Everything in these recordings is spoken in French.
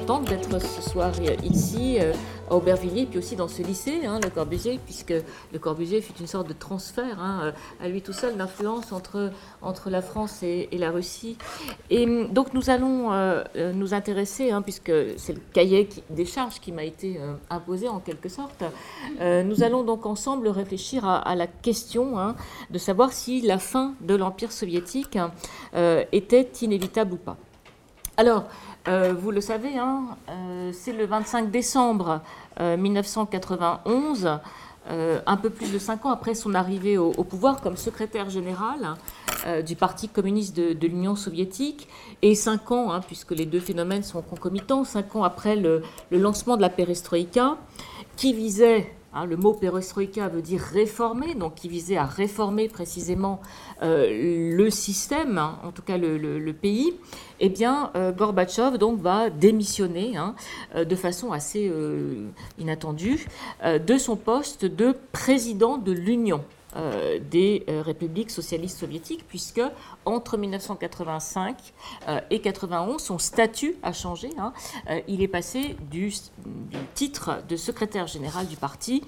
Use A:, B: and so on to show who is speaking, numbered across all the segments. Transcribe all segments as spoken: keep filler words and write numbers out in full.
A: contente d'être ce soir ici euh, à Aubervilliers, puis aussi dans ce lycée, hein, le Corbusier, puisque le Corbusier fut une sorte de transfert hein, à lui tout seul d'influence entre, entre la France et, et la Russie. Et donc nous allons euh, nous intéresser, hein, puisque c'est le cahier qui, des charges qui m'a été euh, imposé en quelque sorte, euh, nous allons donc ensemble réfléchir à, à la question hein, de savoir si la fin de l'Empire soviétique hein, euh, était inévitable ou pas. Alors, euh, vous le savez, hein, euh, c'est le vingt-cinq décembre euh, mille neuf cent quatre-vingt-onze, euh, un peu plus de cinq ans après son arrivée au, au pouvoir comme secrétaire général euh, du Parti communiste de, de l'Union soviétique, et cinq ans, hein, puisque les deux phénomènes sont concomitants, cinq ans après le, le lancement de la perestroïka, qui visait... Hein, le mot perestroïka veut dire réformer, donc qui visait à réformer précisément euh, le système, hein, en tout cas le, le, le pays. Eh bien, euh, Gorbatchev donc va démissionner hein, euh, de façon assez euh, inattendue euh, de son poste de président de l'Union euh, des euh, républiques socialistes soviétiques, puisque entre mille neuf cent quatre-vingt-cinq euh, et quatre-vingt-onze, son statut a changé. Hein. Euh, il est passé du, du titre de secrétaire général du parti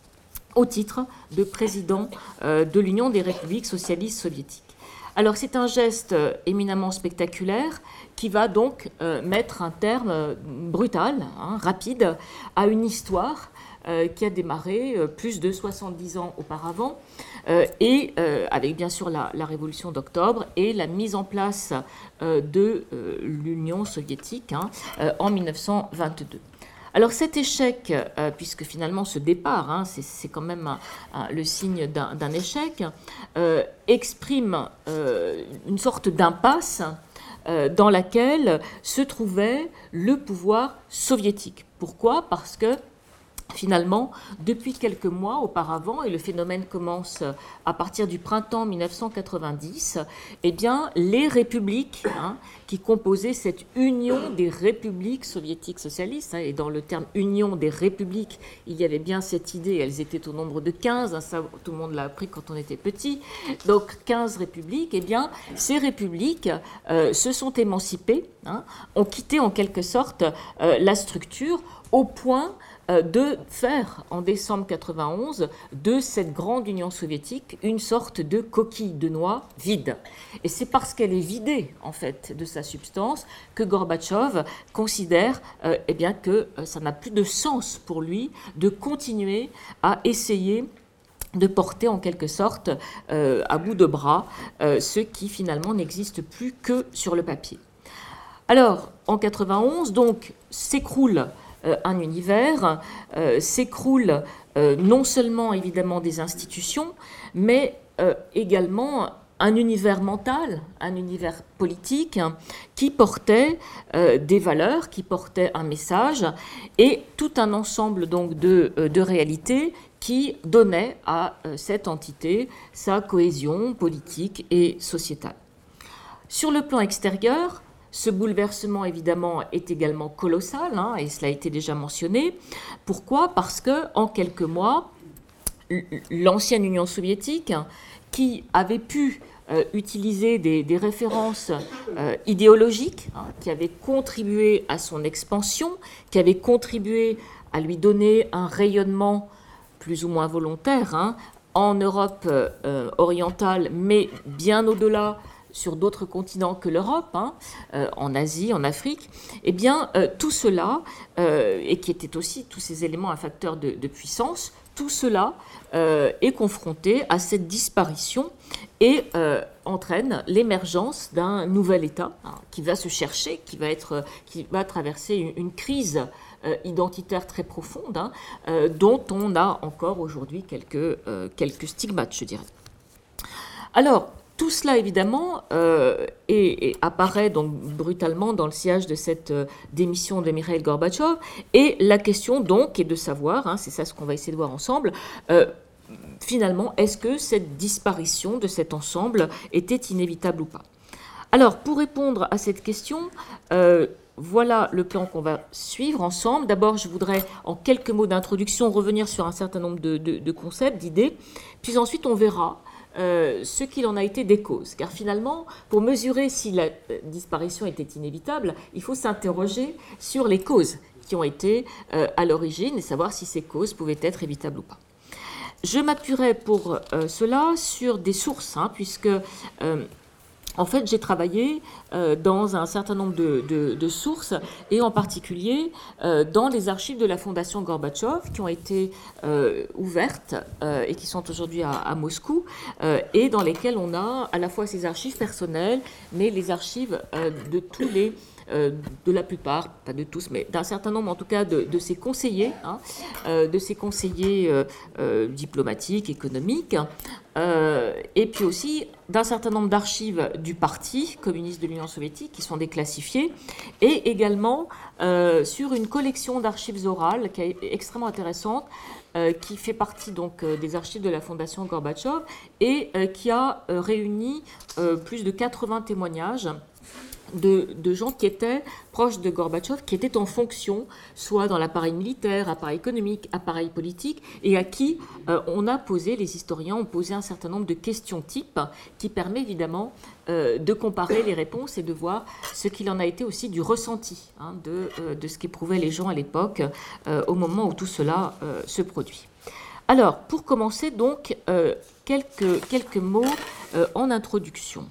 A: au titre de président euh, de l'Union des républiques socialistes soviétiques. Alors c'est un geste éminemment spectaculaire qui va donc euh, mettre un terme euh, brutal, hein, rapide, à une histoire euh, qui a démarré euh, plus de soixante-dix ans auparavant, euh, et euh, avec bien sûr la, la révolution d'octobre et la mise en place euh, de euh, l'Union soviétique hein, euh, en mille neuf cent vingt-deux. Alors cet échec, euh, puisque finalement ce départ, hein, c'est, c'est quand même un, un, le signe d'un, d'un échec, euh, exprime euh, une sorte d'impasse euh, dans laquelle se trouvait le pouvoir soviétique. Pourquoi ? Parce que finalement, depuis quelques mois auparavant, et le phénomène commence à partir du printemps mille neuf cent quatre-vingt-dix, eh bien, les républiques hein, qui composaient cette union des républiques soviétiques socialistes, hein, et dans le terme union des républiques, il y avait bien cette idée, elles étaient au nombre de quinze, hein, ça tout le monde l'a appris quand on était petit, donc quinze républiques, eh bien, ces républiques euh, se sont émancipées, hein, ont quitté en quelque sorte euh, la structure au point de faire, en décembre quatre-vingt-onze, de cette grande Union soviétique une sorte de coquille de noix vide. Et c'est parce qu'elle est vidée, en fait, de sa substance que Gorbatchev considère euh, eh bien, que euh, ça n'a plus de sens pour lui de continuer à essayer de porter en quelque sorte euh, à bout de bras euh, ce qui finalement n'existe plus que sur le papier. Alors, en quatre-vingt-onze, donc, s'écroule Euh, un univers, euh, s'écroule euh, non seulement évidemment des institutions, mais euh, également un univers mental, un univers politique hein, qui portait euh, des valeurs, qui portait un message et tout un ensemble donc de, euh, de réalités qui donnait à euh, cette entité sa cohésion politique et sociétale. Sur le plan extérieur, ce bouleversement, évidemment, est également colossal, hein, et cela a été déjà mentionné. Pourquoi ? Parce qu'en quelques mois, l'ancienne Union soviétique, qui avait pu euh, utiliser des, des références euh, idéologiques, hein, qui avaient contribué à son expansion, qui avaient contribué à lui donner un rayonnement plus ou moins volontaire hein, en Europe euh, orientale, mais bien au-delà, sur d'autres continents que l'Europe, hein, euh, en Asie, en Afrique, eh bien, euh, tout cela, euh, et qui était aussi tous ces éléments un facteur de, de puissance, tout cela euh, est confronté à cette disparition et euh, entraîne l'émergence d'un nouvel État hein, qui va se chercher, qui va, être, qui va traverser une, une crise euh, identitaire très profonde, hein, euh, dont on a encore aujourd'hui quelques, euh, quelques stigmates, je dirais. Alors, tout cela, évidemment, euh, et, et apparaît donc brutalement dans le sillage de cette euh, démission de Mikhaïl Gorbatchev. Et la question, donc, est de savoir, hein, c'est ça ce qu'on va essayer de voir ensemble, euh, finalement, est-ce que cette disparition de cet ensemble était inévitable ou pas ? Alors, pour répondre à cette question, euh, voilà le plan qu'on va suivre ensemble. D'abord, je voudrais, en quelques mots d'introduction, revenir sur un certain nombre de, de, de concepts, d'idées. Puis ensuite, on verra euh, ce qu'il en a été des causes. Car finalement, pour mesurer si la disparition était inévitable, il faut s'interroger sur les causes qui ont été euh, à l'origine et savoir si ces causes pouvaient être évitables ou pas. Je m'appuierai pour euh, cela sur des sources, hein, puisque euh, en fait j'ai travaillé euh, dans un certain nombre de, de, de sources, et en particulier euh, dans les archives de la Fondation Gorbatchev qui ont été euh, ouvertes euh, et qui sont aujourd'hui à, à Moscou, euh, et dans lesquelles on a à la fois ces archives personnelles, mais les archives euh, de tous les Euh, de la plupart, pas de tous, mais d'un certain nombre en tout cas de, de ces conseillers, hein, euh, de ces conseillers euh, euh, diplomatiques, économiques, euh, et puis aussi d'un certain nombre d'archives du Parti communiste de l'Union soviétique qui sont déclassifiées, et également euh, sur une collection d'archives orales qui est extrêmement intéressante, euh, qui fait partie donc euh, des archives de la Fondation Gorbatchev, et euh, qui a euh, réuni euh, plus de quatre-vingts témoignages De, de gens qui étaient proches de Gorbatchev, qui étaient en fonction, soit dans l'appareil militaire, appareil économique, appareil politique, et à qui euh, on a posé, les historiens ont posé un certain nombre de questions types, qui permet évidemment euh, de comparer les réponses et de voir ce qu'il en a été aussi du ressenti, hein, de, euh, de ce qu'éprouvaient les gens à l'époque, euh, au moment où tout cela euh, se produit. Alors, pour commencer donc, euh, quelques, quelques mots euh, en introduction.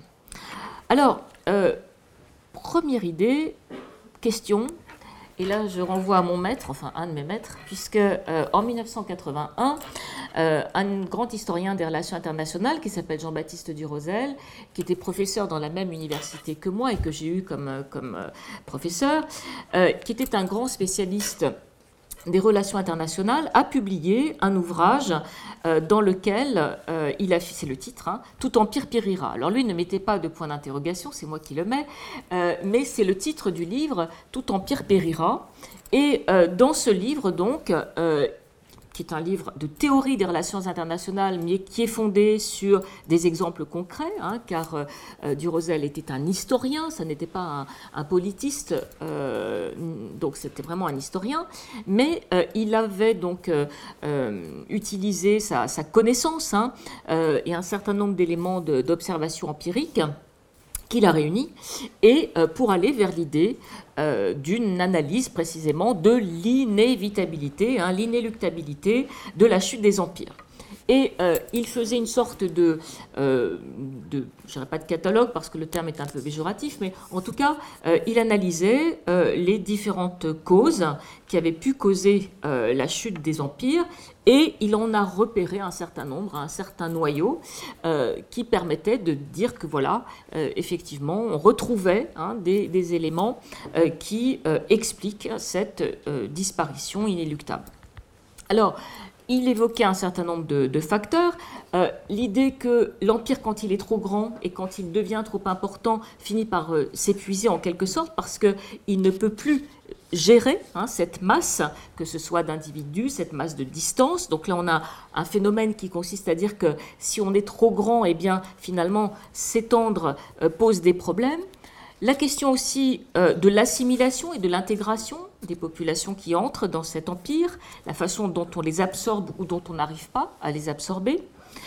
A: Alors, euh, première idée, question, et là je renvoie à mon maître, enfin un de mes maîtres, puisque euh, en mille neuf cent quatre-vingt-un, euh, un grand historien des relations internationales qui s'appelle Jean-Baptiste Durosel, qui était professeur dans la même université que moi et que j'ai eu comme, comme euh, professeur, euh, qui était un grand spécialiste des relations internationales, a publié un ouvrage euh, dans lequel euh, il a, c'est le titre, hein, Tout empire périra. Alors lui ne mettait pas de point d'interrogation, c'est moi qui le mets, euh, mais c'est le titre du livre, Tout empire périra. Et euh, dans ce livre, donc, euh, qui est un livre de théorie des relations internationales, mais qui est fondé sur des exemples concrets, hein, car euh, Durosel était un historien, ça n'était pas un, un politiste, euh, donc c'était vraiment un historien, mais euh, il avait donc euh, euh, utilisé sa, sa connaissance, hein, euh, et un certain nombre d'éléments de, d'observation empirique qu'il a réunis, et euh, pour aller vers l'idée euh, d'une analyse précisément de l'inévitabilité, hein, l'inéluctabilité de la chute des empires. Et euh, il faisait une sorte de, euh, de je dirais pas de catalogue parce que le terme est un peu péjoratif, mais en tout cas, euh, il analysait euh, les différentes causes qui avaient pu causer euh, la chute des empires, et il en a repéré un certain nombre, un certain noyau, euh, qui permettait de dire que voilà, euh, effectivement, on retrouvait, hein, des, des éléments euh, qui euh, expliquent cette euh, disparition inéluctable. Alors, il évoquait un certain nombre de, de facteurs. Euh, l'idée que l'empire, quand il est trop grand et quand il devient trop important, finit par euh, s'épuiser en quelque sorte parce qu'il ne peut plus gérer, hein, cette masse, que ce soit d'individus, cette masse de distance. Donc là, on a un phénomène qui consiste à dire que si on est trop grand, eh bien, finalement, s'étendre euh, pose des problèmes. La question aussi euh, de l'assimilation et de l'intégration des populations qui entrent dans cet empire, la façon dont on les absorbe ou dont on n'arrive pas à les absorber,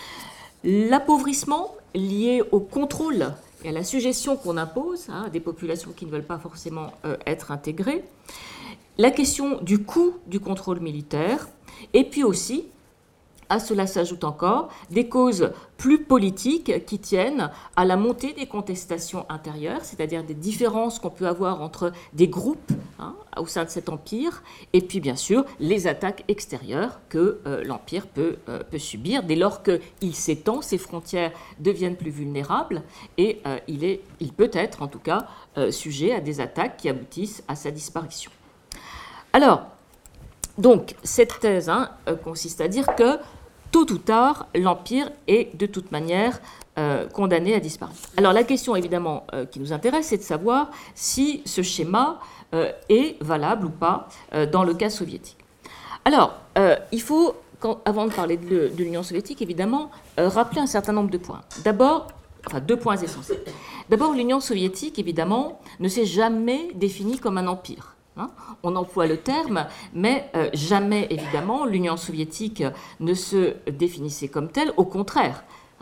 A: l'appauvrissement lié au contrôle et à la suggestion qu'on impose, hein, à des populations qui ne veulent pas forcément euh, être intégrées, la question du coût du contrôle militaire, et puis aussi, à cela s'ajoutent encore des causes plus politiques qui tiennent à la montée des contestations intérieures, c'est-à-dire des différences qu'on peut avoir entre des groupes, hein, au sein de cet empire, et puis bien sûr les attaques extérieures que euh, l'empire peut, euh, peut subir dès lors qu'il s'étend, ses frontières deviennent plus vulnérables, et euh, il, est, il peut être en tout cas euh, sujet à des attaques qui aboutissent à sa disparition. Alors, donc, cette thèse, hein, euh, consiste à dire que, tôt ou tard, l'Empire est de toute manière euh, condamné à disparaître. Alors, la question, évidemment, euh, qui nous intéresse, c'est de savoir si ce schéma euh, est valable ou pas euh, dans le cas soviétique. Alors, euh, il faut, quand, avant de parler de, de l'Union soviétique, évidemment, euh, rappeler un certain nombre de points. D'abord, enfin, deux points essentiels. D'abord, l'Union soviétique, évidemment, ne s'est jamais définie comme un empire. Hein, on emploie le terme, mais euh, jamais, évidemment, l'Union soviétique ne se définissait comme telle. Au contraire,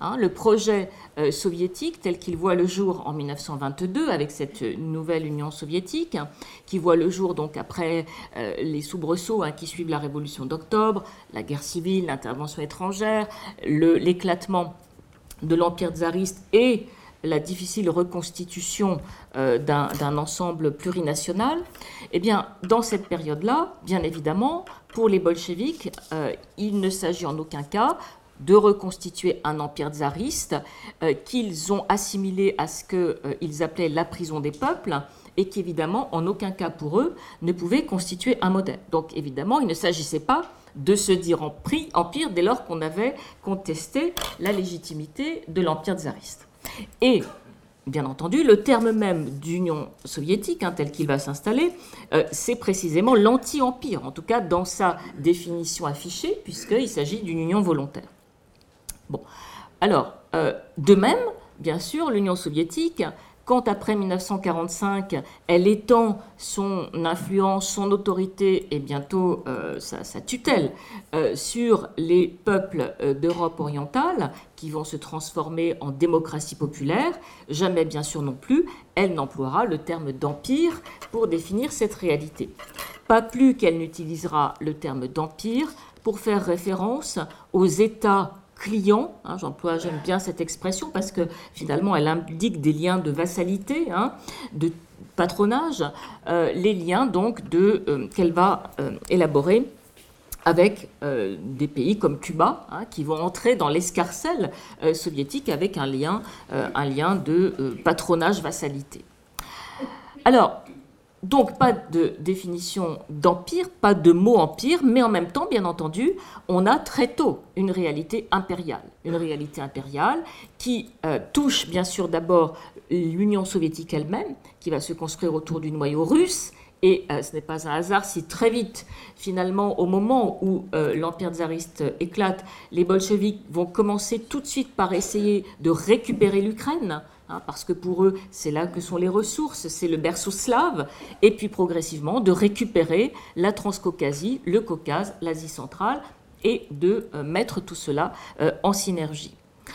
A: Hein, le projet euh, soviétique tel qu'il voit le jour en mille neuf cent vingt-deux avec cette nouvelle Union soviétique, hein, qui voit le jour donc après euh, les soubresauts hein, qui suivent la révolution d'octobre, la guerre civile, l'intervention étrangère, le, l'éclatement de l'empire tsariste et la difficile reconstitution euh, d'un, d'un ensemble plurinational, eh bien, dans cette période-là, bien évidemment, pour les bolcheviks, euh, il ne s'agit en aucun cas de reconstituer un empire tsariste euh, qu'ils ont assimilé à ce qu'ils euh, appelaient la prison des peuples et qui, évidemment, en aucun cas pour eux, ne pouvait constituer un modèle. Donc, évidemment, il ne s'agissait pas de se dire empire dès lors qu'on avait contesté la légitimité de l'empire tsariste. Et, bien entendu, le terme même d'Union soviétique, hein, tel qu'il va s'installer, euh, c'est précisément l'anti-empire, en tout cas dans sa définition affichée, puisqu'il s'agit d'une union volontaire. Bon, alors, euh, de même, bien sûr, l'Union soviétique, quand après mille neuf cent quarante-cinq, elle étend son influence, son autorité et bientôt euh, sa, sa tutelle euh, sur les peuples euh, d'Europe orientale qui vont se transformer en démocratie populaire, jamais bien sûr non plus, elle n'emploiera le terme d'empire pour définir cette réalité. Pas plus qu'elle n'utilisera le terme d'empire pour faire référence aux États client, hein, j'emploie, j'aime bien cette expression parce que finalement elle indique des liens de vassalité, hein, de patronage, euh, les liens donc de, euh, qu'elle va euh, élaborer avec euh, des pays comme Cuba, hein, qui vont entrer dans l'escarcelle euh, soviétique avec un lien, euh, un lien de euh, patronage-vassalité. Alors, donc, pas de définition d'empire, pas de mot empire, mais en même temps, bien entendu, on a très tôt une réalité impériale. Une réalité impériale qui euh, touche bien sûr d'abord l'Union soviétique elle-même, qui va se construire autour du noyau russe. Et euh, ce n'est pas un hasard si très vite, finalement, au moment où euh, l'empire tsariste éclate, les bolcheviks vont commencer tout de suite par essayer de récupérer l'Ukraine, hein, parce que pour eux, c'est là que sont les ressources, c'est le berceau slave, et puis progressivement de récupérer la Transcaucasie, le Caucase, l'Asie centrale, et de euh, mettre tout cela euh, en synergie.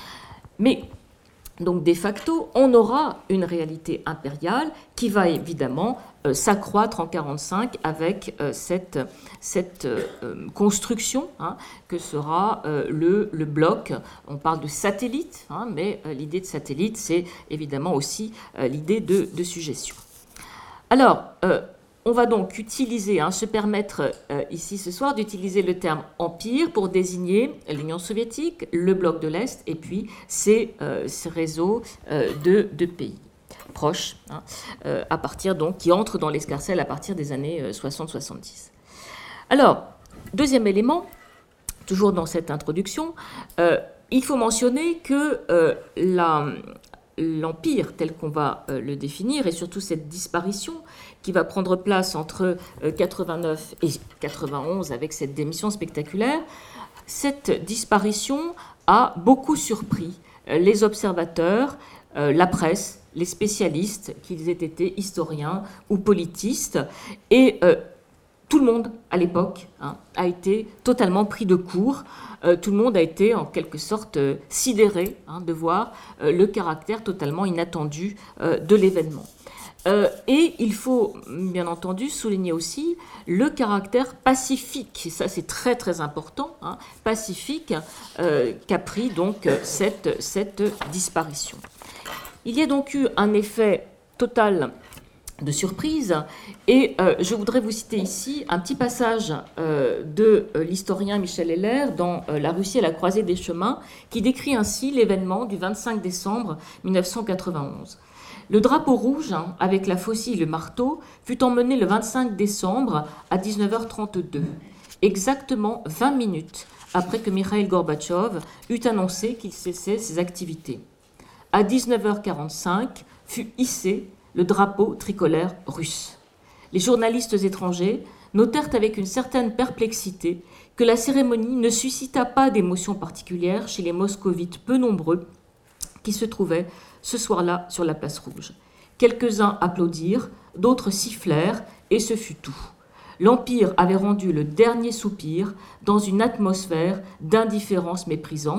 A: Mais donc, de facto, on aura une réalité impériale qui va évidemment euh, s'accroître en mille neuf cent quarante-cinq avec euh, cette, cette euh, construction hein, que sera euh, le, le bloc. On parle de satellite, hein, mais euh, l'idée de satellite, c'est évidemment aussi euh, l'idée de, de suggestion. Alors, euh, on va donc utiliser, hein, se permettre euh, ici ce soir d'utiliser le terme empire pour désigner l'Union soviétique, le bloc de l'Est et puis ces, euh, ces réseaux euh, de, de pays proches, hein, euh, à partir donc qui entrent dans l'escarcelle à partir des années euh, soixante soixante-dix. Alors, deuxième élément, toujours dans cette introduction, euh, il faut mentionner que euh, la l'empire tel qu'on va euh, le définir et surtout cette disparition qui va prendre place entre euh, quatre-vingt-neuf et quatre-vingt-onze avec cette démission spectaculaire, cette disparition a beaucoup surpris euh, les observateurs, euh, la presse, les spécialistes, qu'ils aient été historiens ou politistes, et euh, tout le monde, à l'époque, hein, a été totalement pris de court. Euh, tout le monde a été, en quelque sorte, euh, sidéré hein, de voir euh, le caractère totalement inattendu euh, de l'événement. Euh, et il faut, bien entendu, souligner aussi le caractère pacifique, et ça c'est très très important, hein, pacifique, euh, qu'a pris donc cette, cette disparition. Il y a donc eu un effet total de surprise, et euh, je voudrais vous citer ici un petit passage euh, de euh, l'historien Michel Heller dans euh, La Russie à la croisée des chemins, qui décrit ainsi l'événement du vingt-cinq décembre mille neuf cent quatre-vingt-onze. Le drapeau rouge, hein, avec la faucille et le marteau, fut emmené le vingt-cinq décembre à dix-neuf heures trente-deux, exactement vingt minutes après que Mikhaïl Gorbatchev eut annoncé qu'il cessait ses activités. À dix-neuf heures quarante-cinq fut hissé le drapeau tricolore russe. Les journalistes étrangers notèrent avec une certaine perplexité que la cérémonie ne suscita pas d'émotion particulière chez les moscovites peu nombreux qui se trouvaient ce soir-là sur la place rouge. Quelques-uns applaudirent, d'autres sifflèrent, et ce fut tout. L'Empire avait rendu le dernier soupir dans une atmosphère d'indifférence méprisante.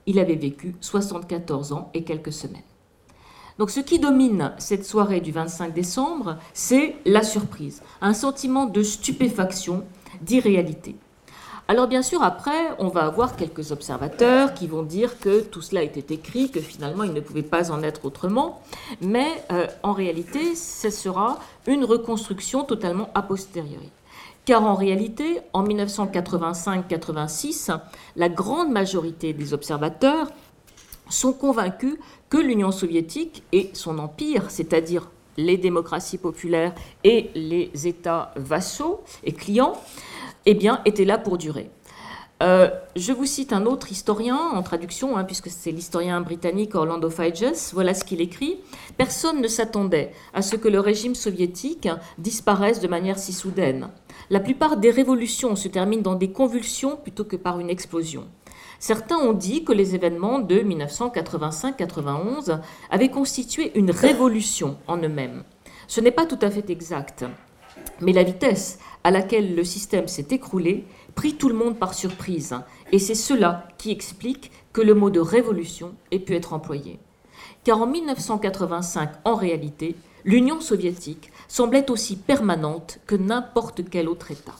A: il avait vécu soixante-quatorze ans et quelques semaines. Donc ce qui domine cette soirée du vingt-cinq décembre, c'est la surprise, un sentiment de stupéfaction, d'irréalité. Alors bien sûr, après, on va avoir quelques observateurs qui vont dire que tout cela était écrit, que finalement il ne pouvait pas en être autrement, mais euh, en réalité, ce sera une reconstruction totalement a posteriori. Car en réalité, en mille neuf cent quatre-vingt-cinq quatre-vingt-six, la grande majorité des observateurs sont convaincus que l'Union soviétique et son empire, c'est-à-dire les démocraties populaires et les États vassaux et clients, eh bien, étaient là pour durer. Euh, je vous cite un autre historien en traduction, hein, puisque c'est l'historien britannique Orlando Figes. Voilà ce qu'il écrit. « Personne ne s'attendait à ce que le régime soviétique disparaisse de manière si soudaine. La plupart des révolutions se terminent dans des convulsions plutôt que par une explosion. Certains ont dit que les événements de mille neuf cent quatre-vingt-cinq quatre-vingt-onze avaient constitué une révolution en eux-mêmes. Ce n'est pas tout à fait exact. Mais la vitesse à laquelle le système s'est écroulé prit tout le monde par surprise, et c'est cela qui explique que le mot de révolution ait pu être employé. Car en mille neuf cent quatre-vingt-cinq, en réalité, l'Union soviétique semblait aussi permanente que n'importe quel autre État.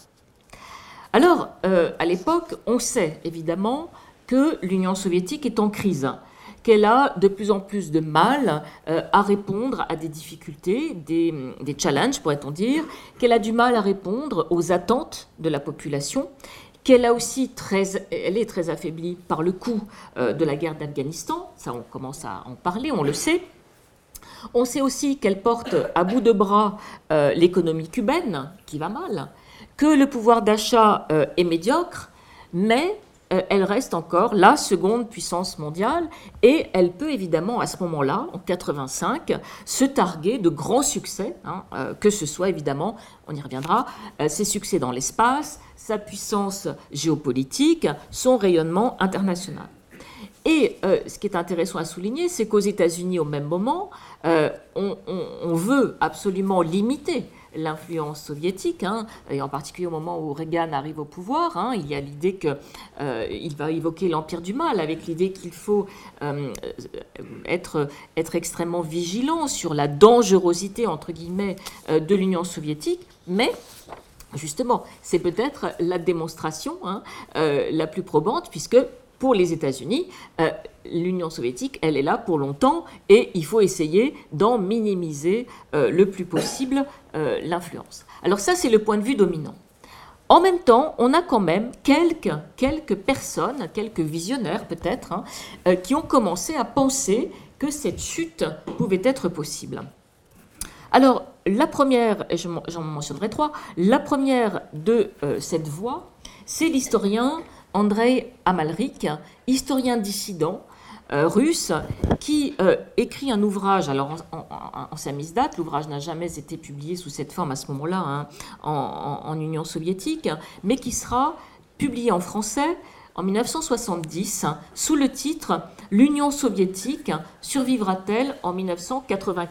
A: Alors, euh, à l'époque, on sait évidemment que l'Union soviétique est en crise, qu'elle a de plus en plus de mal euh, à répondre à des difficultés, des, des challenges, pourrait-on dire, qu'elle a du mal à répondre aux attentes de la population, qu'elle a aussi très, elle est très affaiblie par le coup euh, de la guerre d'Afghanistan, ça on commence à en parler, on le sait. On sait aussi qu'elle porte à bout de bras euh, l'économie cubaine, qui va mal, que le pouvoir d'achat euh, est médiocre, mais elle reste encore la seconde puissance mondiale et elle peut évidemment à ce moment-là, en quatre-vingt-cinq, se targuer de grands succès, hein, euh, que ce soit évidemment, on y reviendra, euh, ses succès dans l'espace, sa puissance géopolitique, son rayonnement international. Et euh, ce qui est intéressant à souligner, c'est qu'aux États-Unis, au même moment, euh, on, on, on veut absolument limiter l'influence soviétique, hein, et en particulier au moment où Reagan arrive au pouvoir, hein, il y a l'idée qu'il euh, va évoquer l'empire du mal, avec l'idée qu'il faut euh, être, être extrêmement vigilant sur la dangerosité, entre guillemets, euh, de l'Union soviétique, mais justement, c'est peut-être la démonstration hein, euh, la plus probante, puisque pour les États-Unis, euh, l'Union soviétique, elle est là pour longtemps et il faut essayer d'en minimiser euh, le plus possible euh, l'influence. Alors ça, c'est le point de vue dominant. En même temps, on a quand même quelques, quelques personnes, quelques visionnaires peut-être, hein, euh, qui ont commencé à penser que cette chute pouvait être possible. Alors, la première, et j'en mentionnerai trois, la première de euh, cette voie, c'est l'historien Andrei Amalrik, historien dissident euh, russe, qui euh, écrit un ouvrage, alors en, en, en samizdat, l'ouvrage n'a jamais été publié sous cette forme à ce moment-là, hein, en, en, en Union soviétique, mais qui sera publié en français en mille neuf cent soixante-dix, sous le titre « L'Union soviétique survivra-t-elle en mille neuf cent quatre-vingt-quatre »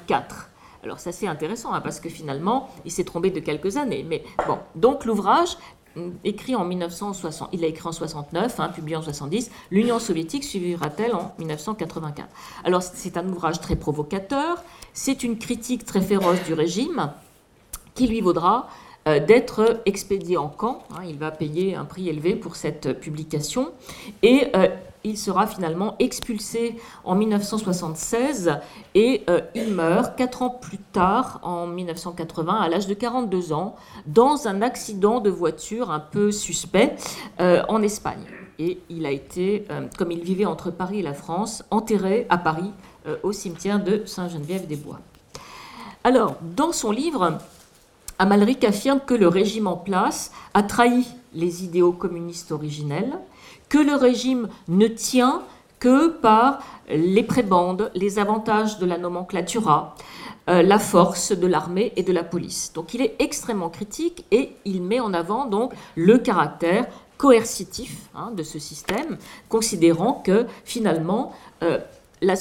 A: Alors ça c'est intéressant, hein, parce que finalement, il s'est trompé de quelques années. Mais bon, donc l'ouvrage écrit en mille neuf cent soixante, il a écrit en soixante-neuf, hein, publié en soixante-dix, l'Union soviétique survivra-t-elle en mille neuf cent quatre-vingt-quatre. Alors c'est un ouvrage très provocateur, c'est une critique très féroce du régime qui lui vaudra euh, d'être expédié en camp. Hein, il va payer un prix élevé pour cette publication et euh, il sera finalement expulsé en mille neuf cent soixante-seize et euh, il meurt quatre ans plus tard, en mille neuf cent quatre-vingts, à l'âge de quarante-deux ans, dans un accident de voiture un peu suspect euh, en Espagne. Et il a été, euh, comme il vivait entre Paris et la France, enterré à Paris euh, au cimetière de Sainte-Geneviève-des-Bois. Alors, dans son livre, Amalrik affirme que le régime en place a trahi les idéaux communistes originels, que le régime ne tient que par les prébendes, les avantages de la nomenclatura, euh, la force de l'armée et de la police. Donc il est extrêmement critique et il met en avant donc le caractère coercitif hein, de ce système, considérant que finalement euh, la,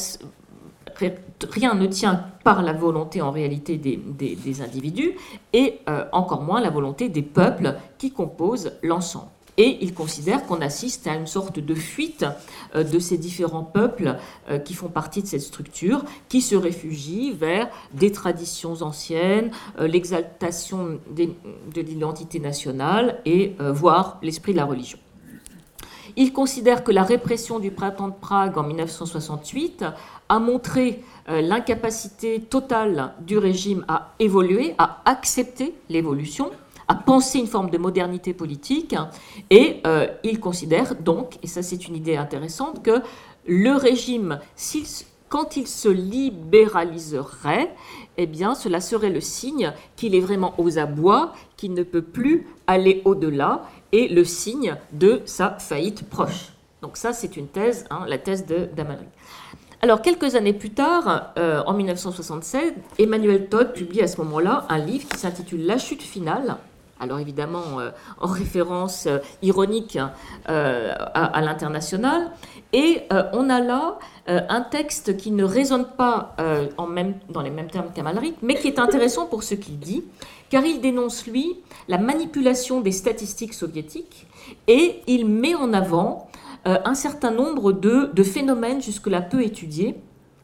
A: rien ne tient par la volonté en réalité des, des, des individus et euh, encore moins la volonté des peuples qui composent l'ensemble. et il considère qu'on assiste à une sorte de fuite euh, de ces différents peuples euh, qui font partie de cette structure, qui se réfugient vers des traditions anciennes, euh, l'exaltation des, de l'identité nationale et euh, voire l'esprit de la religion. Il considère que la répression du printemps de Prague en mille neuf cent soixante-huit a montré euh, l'incapacité totale du régime à évoluer, à accepter l'évolution, à penser une forme de modernité politique, et euh, il considère donc, et ça c'est une idée intéressante, que le régime, s'il, quand il se libéraliserait, eh bien cela serait le signe qu'il est vraiment aux abois, qu'il ne peut plus aller au-delà, et le signe de sa faillite proche. Donc ça c'est une thèse, hein, la thèse de d'Amalric. Alors, quelques années plus tard, euh, en mille neuf cent soixante-sept, Emmanuel Todd publie à ce moment-là un livre qui s'intitule « La chute finale ». Alors évidemment, euh, en référence euh, ironique euh, à, à l'international. Et euh, on a là euh, un texte qui ne résonne pas euh, en même, dans les mêmes termes qu'Amalric, mais qui est intéressant pour ce qu'il dit, car il dénonce, lui, la manipulation des statistiques soviétiques et il met en avant euh, un certain nombre de, de phénomènes jusque-là peu étudiés,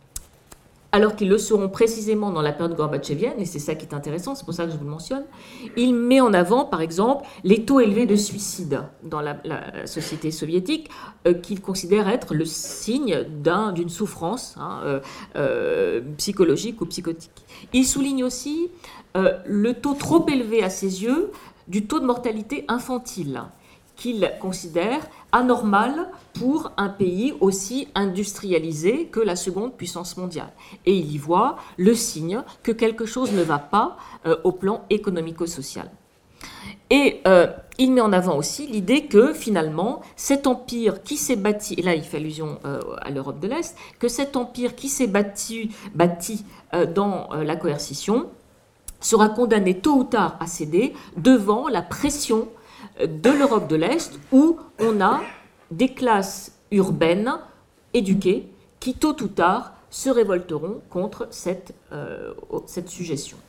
A: alors qu'ils le seront précisément dans la période gorbatchevienne, et c'est ça qui est intéressant, c'est pour ça que je vous le mentionne. Il met en avant, par exemple, les taux élevés de suicide dans la, la société soviétique, euh, qu'il considère être le signe d'un, d'une souffrance hein, euh, euh, psychologique ou psychotique. Il souligne aussi euh, le taux trop élevé à ses yeux du taux de mortalité infantile, qu'il considère anormal pour un pays aussi industrialisé que la seconde puissance mondiale. Et il y voit le signe que quelque chose ne va pas euh, au plan économico-social. Et euh, il met en avant aussi l'idée que finalement, cet empire qui s'est bâti, et là il fait allusion euh, à l'Europe de l'Est, que cet empire qui s'est bâti, bâti euh, dans euh, la coercition sera condamné tôt ou tard à céder devant la pression de l'Europe de l'Est, où on a des classes urbaines éduquées qui, tôt ou tard, se révolteront contre cette, euh, cette suggestion.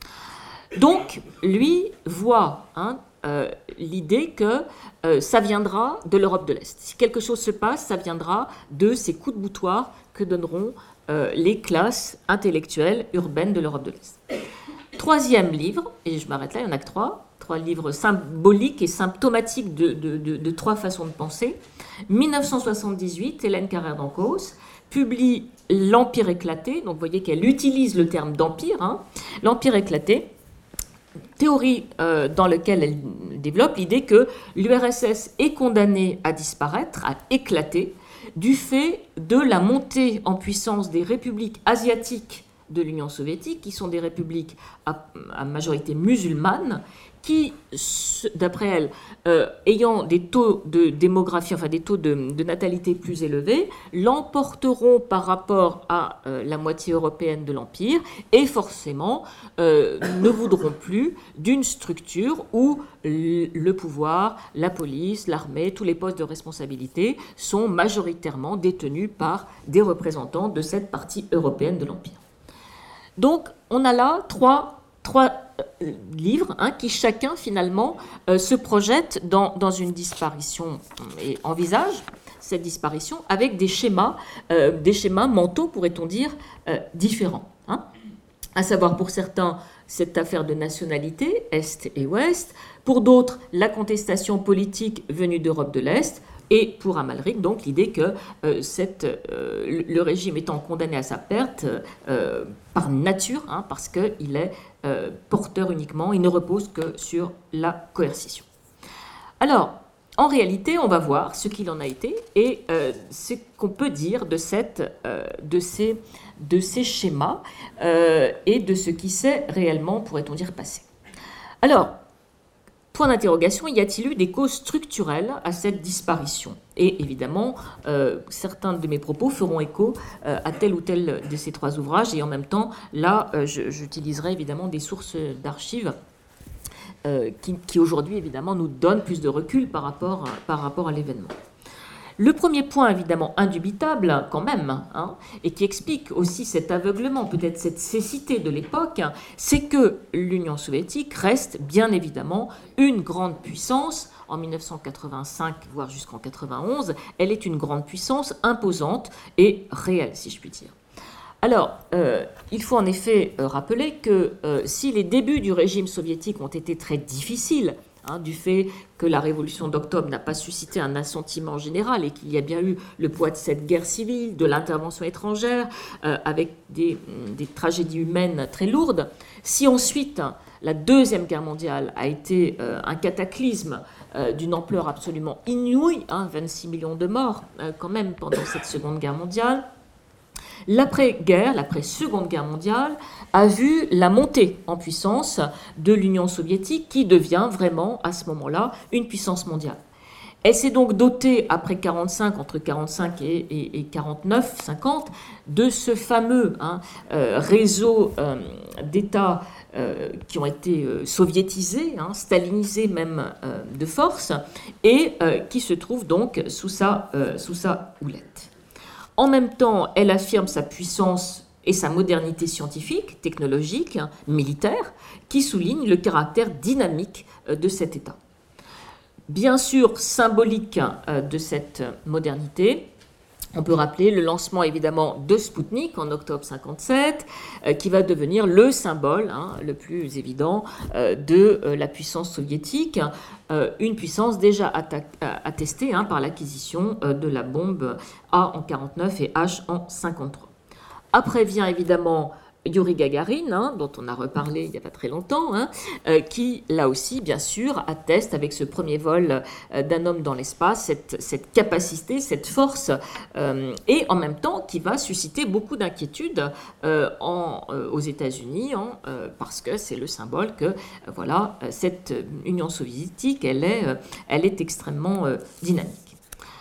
A: Donc, lui voit hein, euh, l'idée que euh, ça viendra de l'Europe de l'Est. Si quelque chose se passe, ça viendra de ces coups de boutoir que donneront euh, les classes intellectuelles urbaines de l'Europe de l'Est. Troisième livre, et je m'arrête là, il n'y en a que trois, trois livres symboliques et symptomatiques de, de, de, de trois façons de penser. mille neuf cent soixante-dix-huit, Hélène Carrère d'Ancos publie L'Empire éclaté, donc vous voyez qu'elle utilise le terme d'empire, hein, l'Empire éclaté, théorie euh, dans laquelle elle développe l'idée que l'U R S S est condamnée à disparaître, à éclater, du fait de la montée en puissance des républiques asiatiques de l'Union soviétique, qui sont des républiques à, à majorité musulmane, qui, d'après elle, euh, ayant des taux de démographie, enfin des taux de, de natalité plus élevés, l'emporteront par rapport à euh, la moitié européenne de l'Empire et forcément euh, ne voudront plus d'une structure où le pouvoir, la police, l'armée, tous les postes de responsabilité sont majoritairement détenus par des représentants de cette partie européenne de l'Empire. Donc, on a là trois, trois euh, livres hein, qui chacun, finalement, euh, se projettent dans, dans une disparition et envisagent cette disparition avec des schémas, euh, des schémas mentaux, pourrait-on dire, euh, différents. Hein. À savoir, pour certains, cette affaire de nationalité, Est et Ouest. Pour d'autres, la contestation politique venue d'Europe de l'Est. Et pour Amalric, donc, l'idée que euh, cette, euh, le régime étant condamné à sa perte euh, par nature, hein, parce qu'il est euh, porteur uniquement, il ne repose que sur la coercition. Alors, en réalité, on va voir ce qu'il en a été et euh, ce qu'on peut dire de, cette, euh, de, ces, de ces schémas euh, et de ce qui s'est réellement, pourrait-on dire, passé. Alors, point d'interrogation, y a-t-il eu des causes structurelles à cette disparition ? Et évidemment, euh, certains de mes propos feront écho euh, à tel ou tel de ces trois ouvrages, et en même temps, là, euh, je, j'utiliserai évidemment des sources d'archives euh, qui, qui aujourd'hui, évidemment, nous donnent plus de recul par rapport, par rapport à l'événement. Le premier point, évidemment, indubitable quand même, hein, et qui explique aussi cet aveuglement, peut-être cette cécité de l'époque, c'est que l'Union soviétique reste bien évidemment une grande puissance. En mille neuf cent quatre-vingt-cinq, voire jusqu'en mille neuf cent quatre-vingt-onze, elle est une grande puissance imposante et réelle, si je puis dire. Alors, euh, il faut en effet euh, rappeler que euh, si les débuts du régime soviétique ont été très difficiles, hein, du fait que la révolution d'octobre n'a pas suscité un assentiment général et qu'il y a bien eu le poids de cette guerre civile, de l'intervention étrangère, euh, avec des, des tragédies humaines très lourdes, si ensuite la Deuxième Guerre mondiale a été euh, un cataclysme euh, d'une ampleur absolument inouïe, hein, vingt-six millions de morts euh, quand même pendant cette Seconde Guerre mondiale, l'après-guerre, l'après-Seconde Guerre mondiale, a vu la montée en puissance de l'Union soviétique qui devient vraiment, à ce moment-là, une puissance mondiale. Elle s'est donc dotée, après quarante-cinq, entre quarante-cinq et, et, et quarante-neuf, cinquante, de ce fameux hein, euh, réseau euh, d'États euh, qui ont été euh, soviétisés, hein, stalinisés même euh, de force, et euh, qui se trouvent donc sous sa, euh, sous sa houlette. En même temps, elle affirme sa puissance et sa modernité scientifique, technologique, militaire, qui souligne le caractère dynamique de cet État. Bien sûr, symbolique de cette modernité, on peut rappeler le lancement évidemment de Spoutnik en octobre mille neuf cent cinquante-sept, euh, qui va devenir le symbole hein, le plus évident euh, de euh, la puissance soviétique, euh, une puissance déjà atta- attestée hein, par l'acquisition euh, de la bombe A en mille neuf cent quarante-neuf et H en mille neuf cent cinquante-trois. Après vient évidemment Youri Gagarin, hein, dont on a reparlé il n'y a pas très longtemps, hein, euh, qui, là aussi, bien sûr, atteste avec ce premier vol euh, d'un homme dans l'espace, cette, cette capacité, cette force, euh, et en même temps qui va susciter beaucoup d'inquiétudes euh, en, euh, aux États-Unis, hein, euh, parce que c'est le symbole que, euh, voilà, cette Union soviétique, elle est, euh, elle est extrêmement euh, dynamique.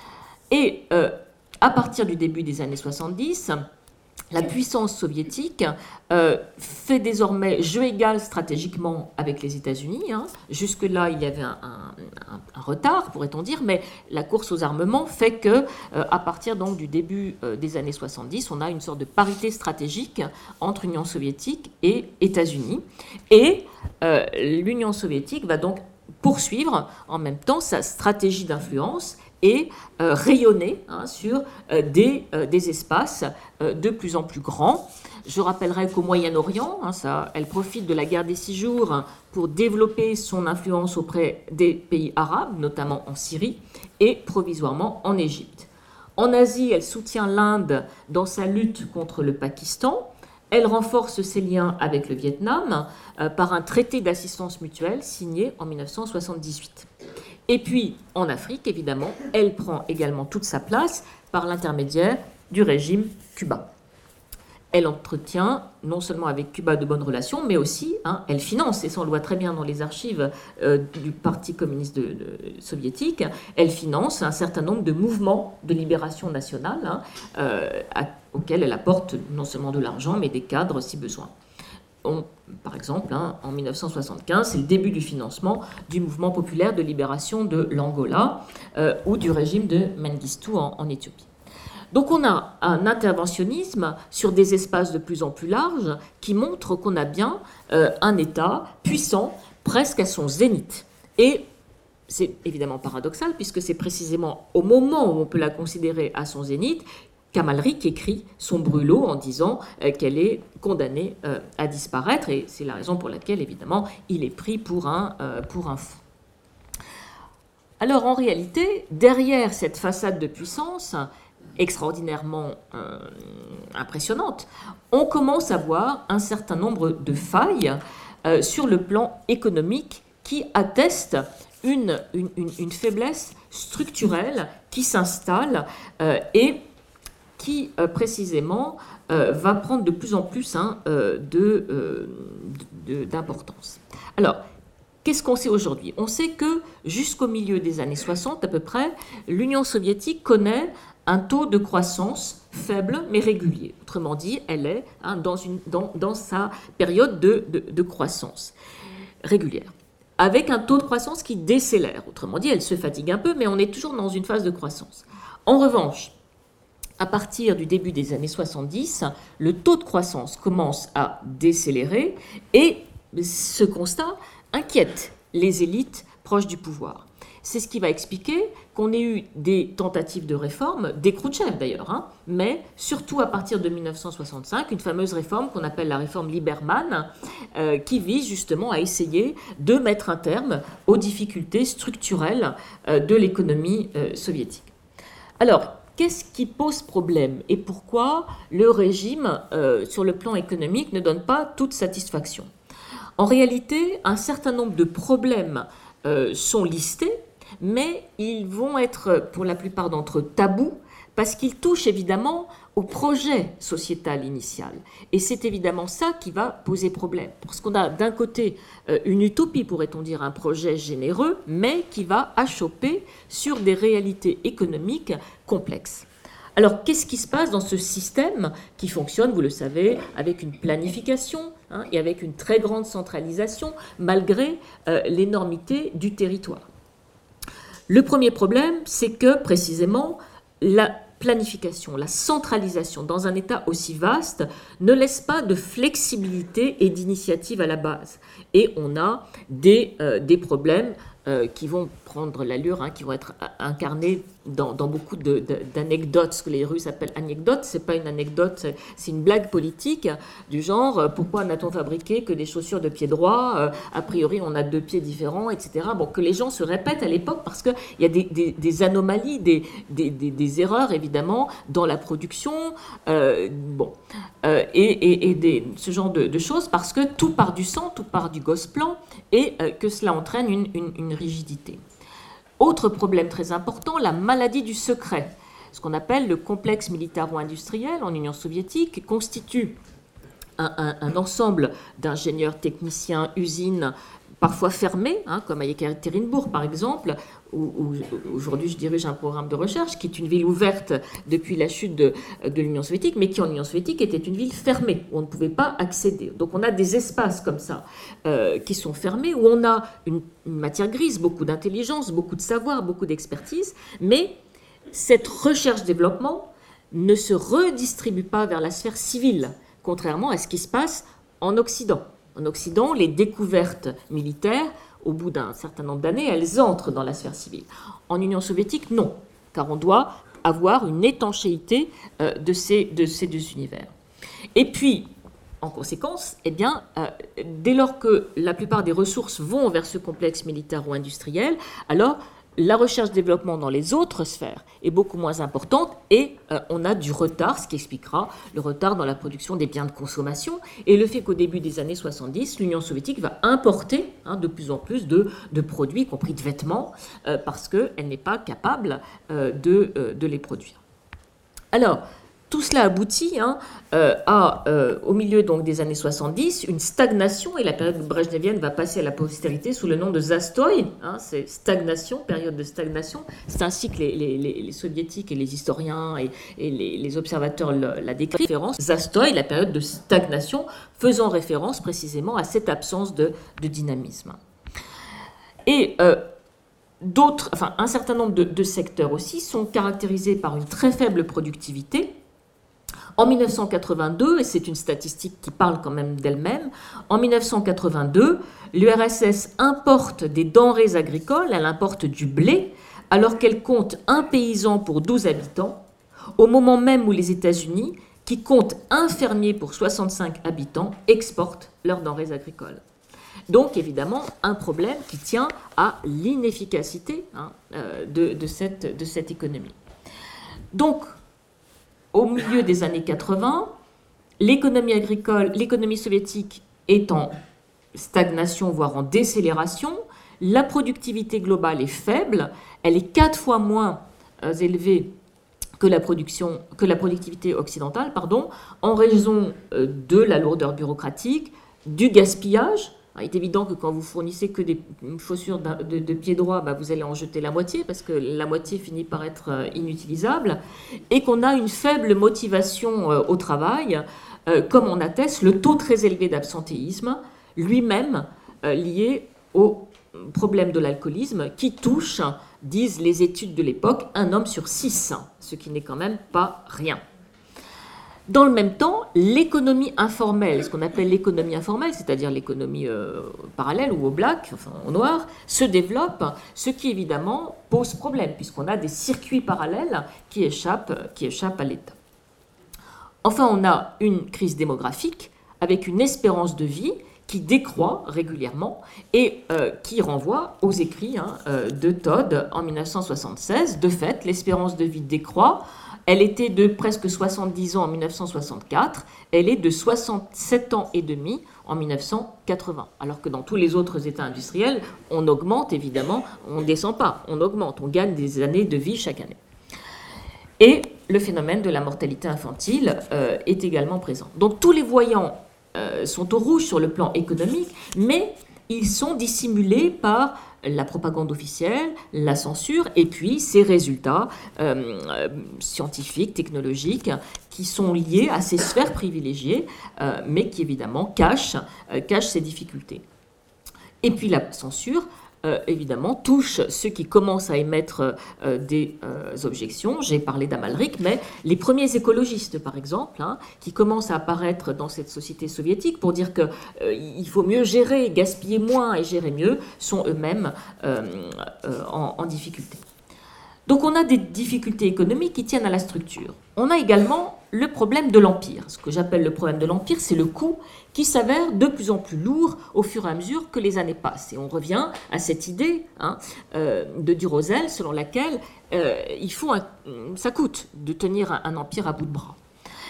A: Et euh, à partir du début des années soixante-dix, la puissance soviétique euh, fait désormais jeu égal stratégiquement avec les États-Unis. Hein. Jusque-là, il y avait un, un, un retard, pourrait-on dire, mais la course aux armements fait que, euh, à partir donc du début euh, des années soixante-dix, on a une sorte de parité stratégique entre Union soviétique et États-Unis. Et euh, l'Union soviétique va donc poursuivre en même temps sa stratégie d'influence et euh, rayonner hein, sur euh, des, euh, des espaces euh, de plus en plus grands. Je rappellerai qu'au Moyen-Orient, hein, ça, elle profite de la guerre des six jours hein, pour développer son influence auprès des pays arabes, notamment en Syrie, et provisoirement en Égypte. En Asie, elle soutient l'Inde dans sa lutte contre le Pakistan. Elle renforce ses liens avec le Vietnam euh, par un traité d'assistance mutuelle signé en mille neuf cent soixante-dix-huit. Et puis, en Afrique, évidemment, elle prend également toute sa place par l'intermédiaire du régime cubain. Elle entretient non seulement avec Cuba de bonnes relations, mais aussi, hein, elle finance, et ça on le voit très bien dans les archives euh, du Parti communiste de, de, soviétique, elle finance un certain nombre de mouvements de libération nationale hein, euh, à, auxquels elle apporte non seulement de l'argent, mais des cadres si besoin. On, par exemple, hein, en mille neuf cent soixante-quinze, c'est le début du financement du mouvement populaire de libération de l'Angola euh, ou du régime de Mengistu en, en Éthiopie. Donc on a un interventionnisme sur des espaces de plus en plus larges qui montre qu'on a bien euh, un État puissant presque à son zénith. Et c'est évidemment paradoxal puisque c'est précisément au moment où on peut la considérer à son zénith qu'Amalric écrit son brûlot en disant euh, qu'elle est condamnée euh, à disparaître, et c'est la raison pour laquelle, évidemment, il est pris pour un, euh, pour un fou. Alors, en réalité, derrière cette façade de puissance extraordinairement euh, impressionnante, on commence à voir un certain nombre de failles euh, sur le plan économique qui attestent une, une, une, une faiblesse structurelle qui s'installe euh, et qui, euh, précisément, euh, va prendre de plus en plus hein, euh, de, euh, de, d'importance. Alors, qu'est-ce qu'on sait aujourd'hui ? On sait que jusqu'au milieu des années soixante, à peu près, l'Union soviétique connaît un taux de croissance faible mais régulier. Autrement dit, elle est hein, dans, une, dans, dans sa période de, de, de croissance régulière, avec un taux de croissance qui décélère. Autrement dit, elle se fatigue un peu, mais on est toujours dans une phase de croissance. En revanche, à partir du début des années soixante-dix, le taux de croissance commence à décélérer et ce constat inquiète les élites proches du pouvoir. C'est ce qui va expliquer qu'on ait eu des tentatives de réforme, des Khrouchtchev d'ailleurs, hein, mais surtout à partir de mille neuf cent soixante-cinq, une fameuse réforme qu'on appelle la réforme Lieberman, euh, qui vise justement à essayer de mettre un terme aux difficultés structurelles euh, de l'économie euh, soviétique. Alors, qu'est-ce qui pose problème et pourquoi le régime, euh, sur le plan économique, ne donne pas toute satisfaction? En réalité, un certain nombre de problèmes euh, sont listés, mais ils vont être, pour la plupart d'entre eux, tabous, parce qu'ils touchent évidemment au projet sociétal initial. Et c'est évidemment ça qui va poser problème. Parce qu'on a d'un côté euh, une utopie, pourrait-on dire, un projet généreux, mais qui va achoper sur des réalités économiques complexes. Alors, qu'est-ce qui se passe dans ce système qui fonctionne, vous le savez, avec une planification hein, et avec une très grande centralisation, malgré euh, l'énormité du territoire? Le premier problème, c'est que, précisément, la planification, la centralisation dans un État aussi vaste ne laisse pas de flexibilité et d'initiative à la base. Et on a des, euh, des problèmes euh, qui vont prendre l'allure, hein, qui vont être incarnés dans, dans beaucoup de, de, d'anecdotes, ce que les Russes appellent anecdotes. C'est pas une anecdote, c'est, c'est une blague politique du genre euh, pourquoi n'a-t-on fabriqué que des chaussures de pied droit, euh, a priori on a deux pieds différents, et cetera. Bon, que les gens se répètent à l'époque parce qu'il y a des, des, des anomalies, des, des, des, des erreurs évidemment dans la production, euh, bon, euh, et, et, et des, ce genre de, de choses parce que tout part du sang, tout part du Gosplan et euh, que cela entraîne une, une, une rigidité. Autre problème très important, la maladie du secret. Ce qu'on appelle le complexe militaro-industriel en Union soviétique constitue un, un, un ensemble d'ingénieurs, techniciens, usines, parfois fermés, hein, comme à Yekaterinbourg par exemple, où, où aujourd'hui je dirige un programme de recherche qui est une ville ouverte depuis la chute de, de l'Union soviétique, mais qui en Union soviétique était une ville fermée, où on ne pouvait pas accéder. Donc on a des espaces comme ça euh, qui sont fermés, où on a une, une matière grise, beaucoup d'intelligence, beaucoup de savoir, beaucoup d'expertise, mais cette recherche-développement ne se redistribue pas vers la sphère civile, contrairement à ce qui se passe en Occident. En Occident, les découvertes militaires, au bout d'un certain nombre d'années, elles entrent dans la sphère civile. En Union soviétique, non, car on doit avoir une étanchéité euh, de, ces, de ces deux univers. Et puis, en conséquence, eh bien, euh, dès lors que la plupart des ressources vont vers ce complexe militaire ou industriel, alors la recherche-développement dans les autres sphères est beaucoup moins importante et euh, on a du retard, ce qui expliquera le retard dans la production des biens de consommation et le fait qu'au début des années soixante-dix, l'Union soviétique va importer hein, de plus en plus de, de produits, y compris de vêtements, euh, parce qu'elle n'est pas capable euh, de, euh, de les produire. Alors, tout cela aboutit hein, euh, à, euh, au milieu donc, des années soixante-dix, une stagnation, et la période brejnevienne va passer à la postérité sous le nom de zastoï, hein, c'est stagnation, période de stagnation, c'est ainsi que les, les, les, les soviétiques et les historiens et, et les, les observateurs la, la décrivent, zastoï, la période de stagnation, faisant référence précisément à cette absence de, de dynamisme. Et euh, d'autres, enfin, un certain nombre de, de secteurs aussi sont caractérisés par une très faible productivité. En mille neuf cent quatre-vingt-deux, et c'est une statistique qui parle quand même d'elle-même, en mille neuf cent quatre-vingt-deux, l'U R S S importe des denrées agricoles, elle importe du blé, alors qu'elle compte un paysan pour douze habitants, au moment même où les États-Unis, qui comptent un fermier pour soixante-cinq habitants, exportent leurs denrées agricoles. Donc, évidemment, un problème qui tient à l'inefficacité hein, de, de, cette, de cette économie. Donc, au milieu des années quatre-vingts, l'économie agricole, l'économie soviétique est en stagnation, voire en décélération. La productivité globale est faible, elle est quatre fois moins euh, élevée que la, production, que la productivité occidentale, pardon, en raison euh, de la lourdeur bureaucratique, du gaspillage. Il est évident que quand vous fournissez que des chaussures de, de pied droit, bah vous allez en jeter la moitié parce que la moitié finit par être inutilisable et qu'on a une faible motivation au travail, comme on atteste le taux très élevé d'absentéisme, lui-même lié au problème de l'alcoolisme qui touche, disent les études de l'époque, un homme sur six, ce qui n'est quand même pas rien. Dans le même temps, l'économie informelle, ce qu'on appelle l'économie informelle, c'est-à-dire l'économie euh, parallèle ou au black, enfin au noir, se développe, ce qui évidemment pose problème, puisqu'on a des circuits parallèles qui échappent, qui échappent à l'État. Enfin, on a une crise démographique avec une espérance de vie qui décroît régulièrement et euh, qui renvoie aux écrits hein, euh, de Todd en mille neuf cent soixante-seize. De fait, l'espérance de vie décroît. Elle était de presque soixante-dix ans en mille neuf cent soixante-quatre, elle est de soixante-sept ans et demi en mille neuf cent quatre-vingts. Alors que dans tous les autres États industriels, on augmente évidemment, on ne descend pas, on augmente, on gagne des années de vie chaque année. Et le phénomène de la mortalité infantile euh, est également présent. Donc tous les voyants euh, sont au rouge sur le plan économique, mais ils sont dissimulés par la propagande officielle, la censure, et puis ces résultats euh, euh, scientifiques, technologiques, qui sont liés à ces sphères privilégiées, euh, mais qui évidemment cachent, euh, cachent ces difficultés. Et puis la censure, euh, évidemment, touche ceux qui commencent à émettre euh, des euh, objections. J'ai parlé d'Amalric, mais les premiers écologistes, par exemple, hein, qui commencent à apparaître dans cette société soviétique pour dire qu'il euh, faut mieux gérer, gaspiller moins et gérer mieux, sont eux-mêmes euh, euh, en, en difficulté. Donc on a des difficultés économiques qui tiennent à la structure. On a également le problème de l'empire. Ce que j'appelle le problème de l'empire, c'est le coût qui s'avère de plus en plus lourd au fur et à mesure que les années passent. Et on revient à cette idée hein, euh, de Durosel selon laquelle euh, il faut un, ça coûte de tenir un, un empire à bout de bras.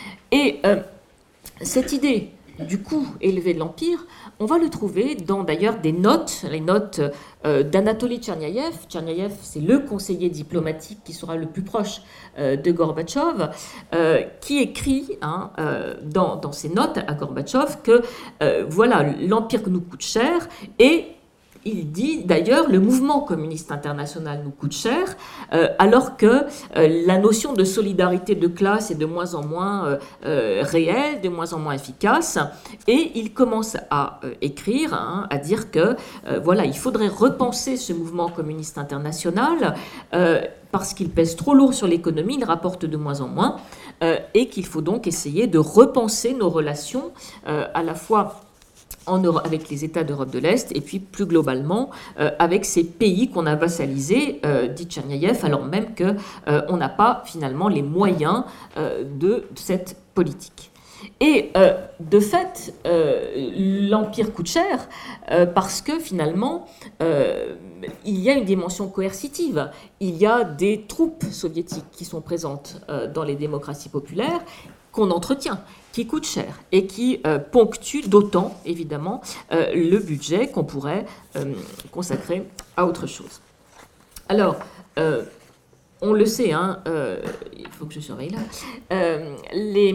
A: Et euh, cette idée du coût élevé de l'empire, on va le trouver dans d'ailleurs des notes, les notes euh, d'Anatoly Tcherniaïev. Tcherniaïev, c'est le conseiller diplomatique qui sera le plus proche euh, de Gorbatchev, euh, qui écrit hein, euh, dans, dans ses notes à Gorbatchev que euh, voilà, l'empire nous coûte cher et il dit d'ailleurs le mouvement communiste international nous coûte cher, euh, alors que euh, la notion de solidarité de classe est de moins en moins euh, euh, réelle, de moins en moins efficace. Et il commence à euh, écrire, hein, à dire que euh, voilà, il faudrait repenser ce mouvement communiste international euh, parce qu'il pèse trop lourd sur l'économie, il rapporte de moins en moins, euh, et qu'il faut donc essayer de repenser nos relations euh, à la fois En Europe, avec les États d'Europe de l'Est, et puis plus globalement euh, avec ces pays qu'on a vassalisés, euh, dit Tcherniaïev, alors même qu'on euh, n'a pas finalement les moyens euh, de cette politique. Et euh, de fait, euh, l'Empire coûte cher euh, parce que finalement, euh, il y a une dimension coercitive. Il y a des troupes soviétiques qui sont présentes euh, dans les démocraties populaires qu'on entretient, qui coûtent cher et qui euh, ponctuent d'autant, évidemment, euh, le budget qu'on pourrait euh, consacrer à autre chose. Alors, euh, on le sait, hein, euh, il faut que je surveille là, euh, les...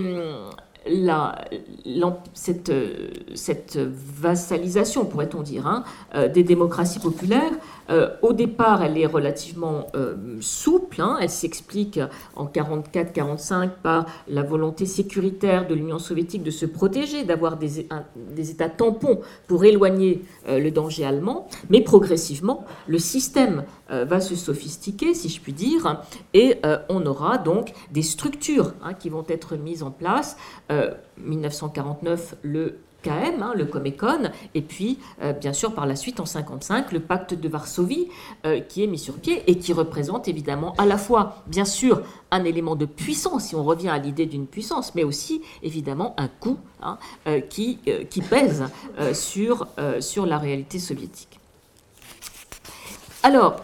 A: La, la, cette, cette vassalisation, pourrait-on dire, hein, euh, des démocraties populaires, euh, au départ, elle est relativement euh, souple. Hein, elle s'explique en quarante-quatre quarante-cinq par la volonté sécuritaire de l'Union soviétique de se protéger, d'avoir des, un, des États tampons pour éloigner euh, le danger allemand. Mais progressivement, le système euh, va se sophistiquer, si je puis dire, et euh, on aura donc des structures hein, qui vont être mises en place. Euh, mille neuf cent quarante-neuf, le K M, hein, le Comecon, et puis euh, bien sûr par la suite en cinquante-cinq le pacte de Varsovie euh, qui est mis sur pied et qui représente évidemment à la fois bien sûr un élément de puissance, si on revient à l'idée d'une puissance, mais aussi évidemment un coût hein, euh, qui, euh, qui pèse euh, sur, euh, sur la réalité soviétique. Alors,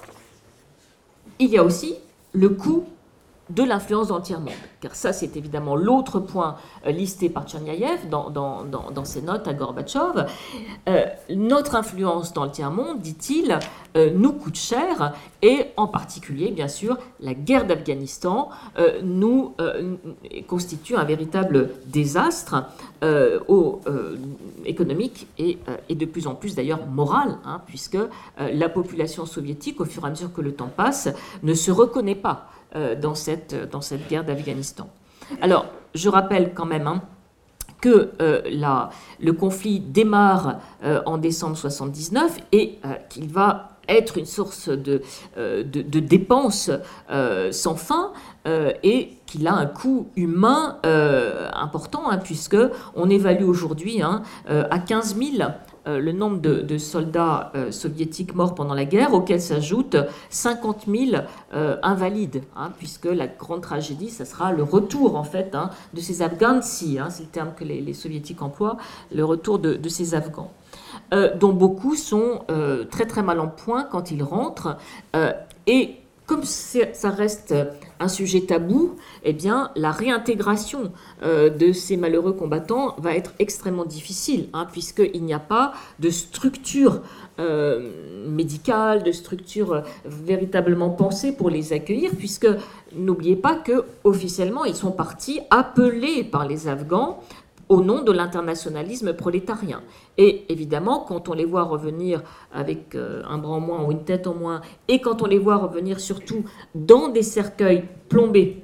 A: il y a aussi le coût de l'influence dans le tiers-monde. Car ça, c'est évidemment l'autre point euh, listé par Tcherniaïev dans, dans, dans, dans ses notes à Gorbatchev. Euh, notre influence dans le tiers-monde, dit-il, euh, nous coûte cher, et en particulier, bien sûr, la guerre d'Afghanistan euh, nous euh, constitue un véritable désastre euh, au, euh, économique et, euh, et de plus en plus d'ailleurs moral, hein, puisque euh, la population soviétique, au fur et à mesure que le temps passe, ne se reconnaît pas dans cette, dans cette guerre d'Afghanistan. Alors, je rappelle quand même hein, que euh, la, le conflit démarre euh, en décembre soixante-dix-neuf et euh, qu'il va être une source de, euh, de, de dépenses euh, sans fin euh, et qu'il a un coût humain euh, important, hein, puisqu'on évalue aujourd'hui hein, euh, à quinze mille euh, le nombre de, de soldats euh, soviétiques morts pendant la guerre, auxquels s'ajoutent cinquante mille euh, invalides, hein, puisque la grande tragédie, ça sera le retour en fait hein, de ces Afghans-ci, hein, c'est le terme que les, les soviétiques emploient, le retour de, de ces Afghans. Euh, dont beaucoup sont euh, très très mal en point quand ils rentrent. Euh, et comme ça reste un sujet tabou, eh bien, la réintégration euh, de ces malheureux combattants va être extrêmement difficile, hein, puisqu'il n'y a pas de structure euh, médicale, de structure euh, véritablement pensée pour les accueillir, puisque n'oubliez pas que officiellement ils sont partis appelés par les Afghans au nom de l'internationalisme prolétarien. Et évidemment, quand on les voit revenir avec un bras en moins ou une tête en moins, et quand on les voit revenir surtout dans des cercueils plombés,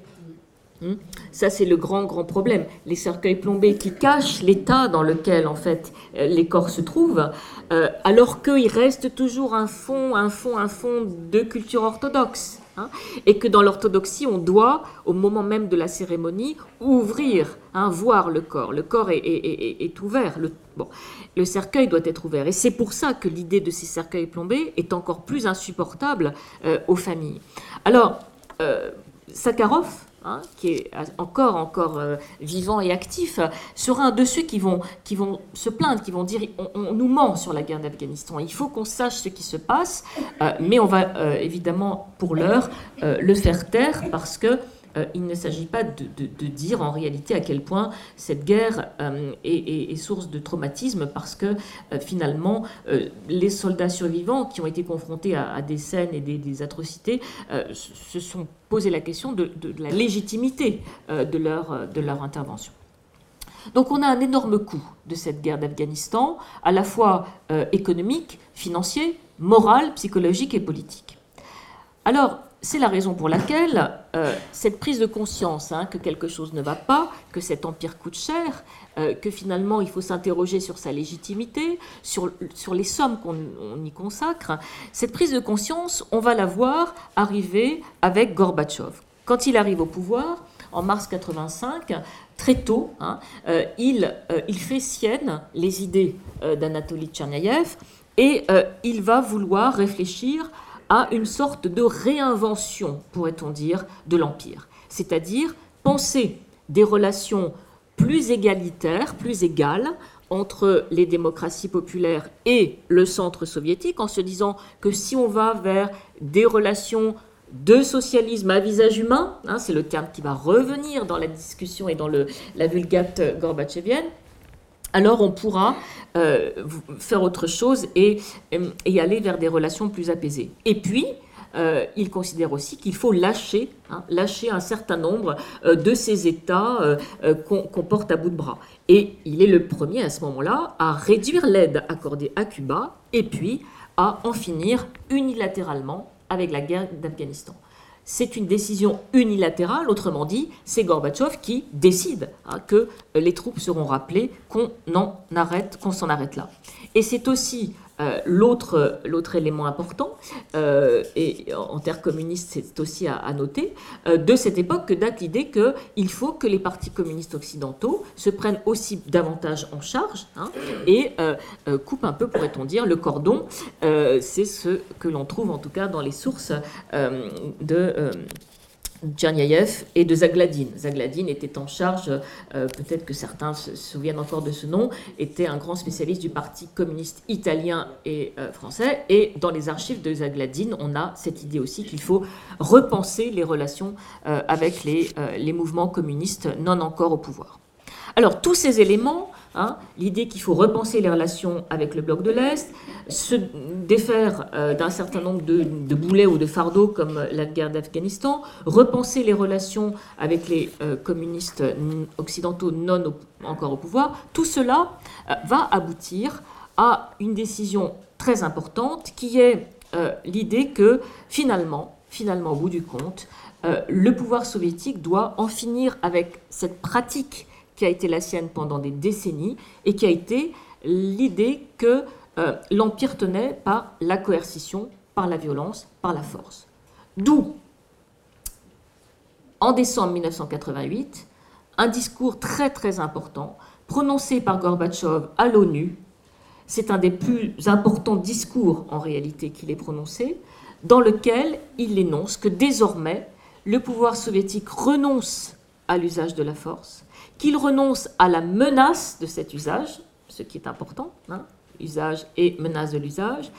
A: ça c'est le grand, grand problème. Les cercueils plombés qui cachent l'état dans lequel, en fait, les corps se trouvent, euh, alors qu'il reste toujours un fond, un fond, un fond de culture orthodoxe. Hein, et que dans l'orthodoxie, on doit, au moment même de la cérémonie, ouvrir, hein, voir le corps. Le corps est, est, est, est ouvert. Le, bon, le cercueil doit être ouvert. Et c'est pour ça que l'idée de ces cercueils plombés est encore plus insupportable euh, aux familles. Alors, euh, Sakharov, hein, qui est encore, encore euh, vivant et actif, sera un de ceux qui vont, qui vont se plaindre, qui vont dire on, on nous ment sur la guerre d'Afghanistan, il faut qu'on sache ce qui se passe, euh, mais on va euh, évidemment, pour l'heure, euh, le faire taire parce que euh, il ne s'agit pas de, de, de dire en réalité à quel point cette guerre euh, est, est, est source de traumatisme parce que euh, finalement euh, les soldats survivants qui ont été confrontés à, à des scènes et des, des atrocités euh, se sont posé la question de, de, de la légitimité euh, de, leur, de leur intervention. Donc on a un énorme coût de cette guerre d'Afghanistan, à la fois euh, économique, financier, moral, psychologique et politique. Alors, c'est la raison pour laquelle euh, cette prise de conscience hein, que quelque chose ne va pas, que cet empire coûte cher, euh, que finalement il faut s'interroger sur sa légitimité, sur, sur les sommes qu'on on y consacre, cette prise de conscience, on va la voir arriver avec Gorbatchev. Quand il arrive au pouvoir, en mars quatre-vingt-cinq, très tôt, hein, euh, il, euh, il fait sienne les idées euh, d'Anatoly Tchernaïev et euh, il va vouloir réfléchir à une sorte de réinvention, pourrait-on dire, de l'Empire. C'est-à-dire penser des relations plus égalitaires, plus égales, entre les démocraties populaires et le centre soviétique, en se disant que si on va vers des relations de socialisme à visage humain, hein, c'est le terme qui va revenir dans la discussion et dans le, la vulgate gorbatchevienne, alors on pourra euh, faire autre chose et, et aller vers des relations plus apaisées. Et puis, euh, il considère aussi qu'il faut lâcher, hein, lâcher un certain nombre euh, de ces États euh, euh, qu'on, qu'on porte à bout de bras. Et il est le premier à ce moment-là à réduire l'aide accordée à Cuba et puis à en finir unilatéralement avec la guerre d'Afghanistan. C'est une décision unilatérale, autrement dit, c'est Gorbatchev qui décide hein, que les troupes seront rappelées, qu'on en arrête, qu'on s'en arrête là. Et c'est aussi euh, l'autre, l'autre élément important, euh, et en termes communistes, c'est aussi à, à noter, euh, de cette époque que date l'idée qu'il faut que les partis communistes occidentaux se prennent aussi davantage en charge hein, et euh, euh, coupent un peu, pourrait-on dire, le cordon. Euh, c'est ce que l'on trouve en tout cas dans les sources euh, de euh, Tchernaïev et de Zagladine. Zagladine était en charge, euh, peut-être que certains se souviennent encore de ce nom, était un grand spécialiste du Parti communiste italien et euh, français. Et dans les archives de Zagladine, on a cette idée aussi qu'il faut repenser les relations euh, avec les, euh, les mouvements communistes non encore au pouvoir. Alors, tous ces éléments, hein, l'idée qu'il faut repenser les relations avec le bloc de l'Est, se défaire euh, d'un certain nombre de, de boulets ou de fardeaux comme la guerre d'Afghanistan, repenser les relations avec les euh, communistes occidentaux non au, encore au pouvoir, tout cela euh, va aboutir à une décision très importante qui est euh, l'idée que finalement, finalement, au bout du compte, euh, le pouvoir soviétique doit en finir avec cette pratique qui a été la sienne pendant des décennies et qui a été l'idée que euh, l'Empire tenait par la coercition, par la violence, par la force. D'où, en décembre mille neuf cent quatre-vingt-huit, un discours très très important prononcé par Gorbatchev à l'ONU. C'est un des plus importants discours en réalité qu'il ait prononcé, dans lequel il énonce que désormais le pouvoir soviétique renonce à l'usage de la force, qu'il renonce à la menace de cet usage, ce qui est important, hein, usage et menace de l'usage,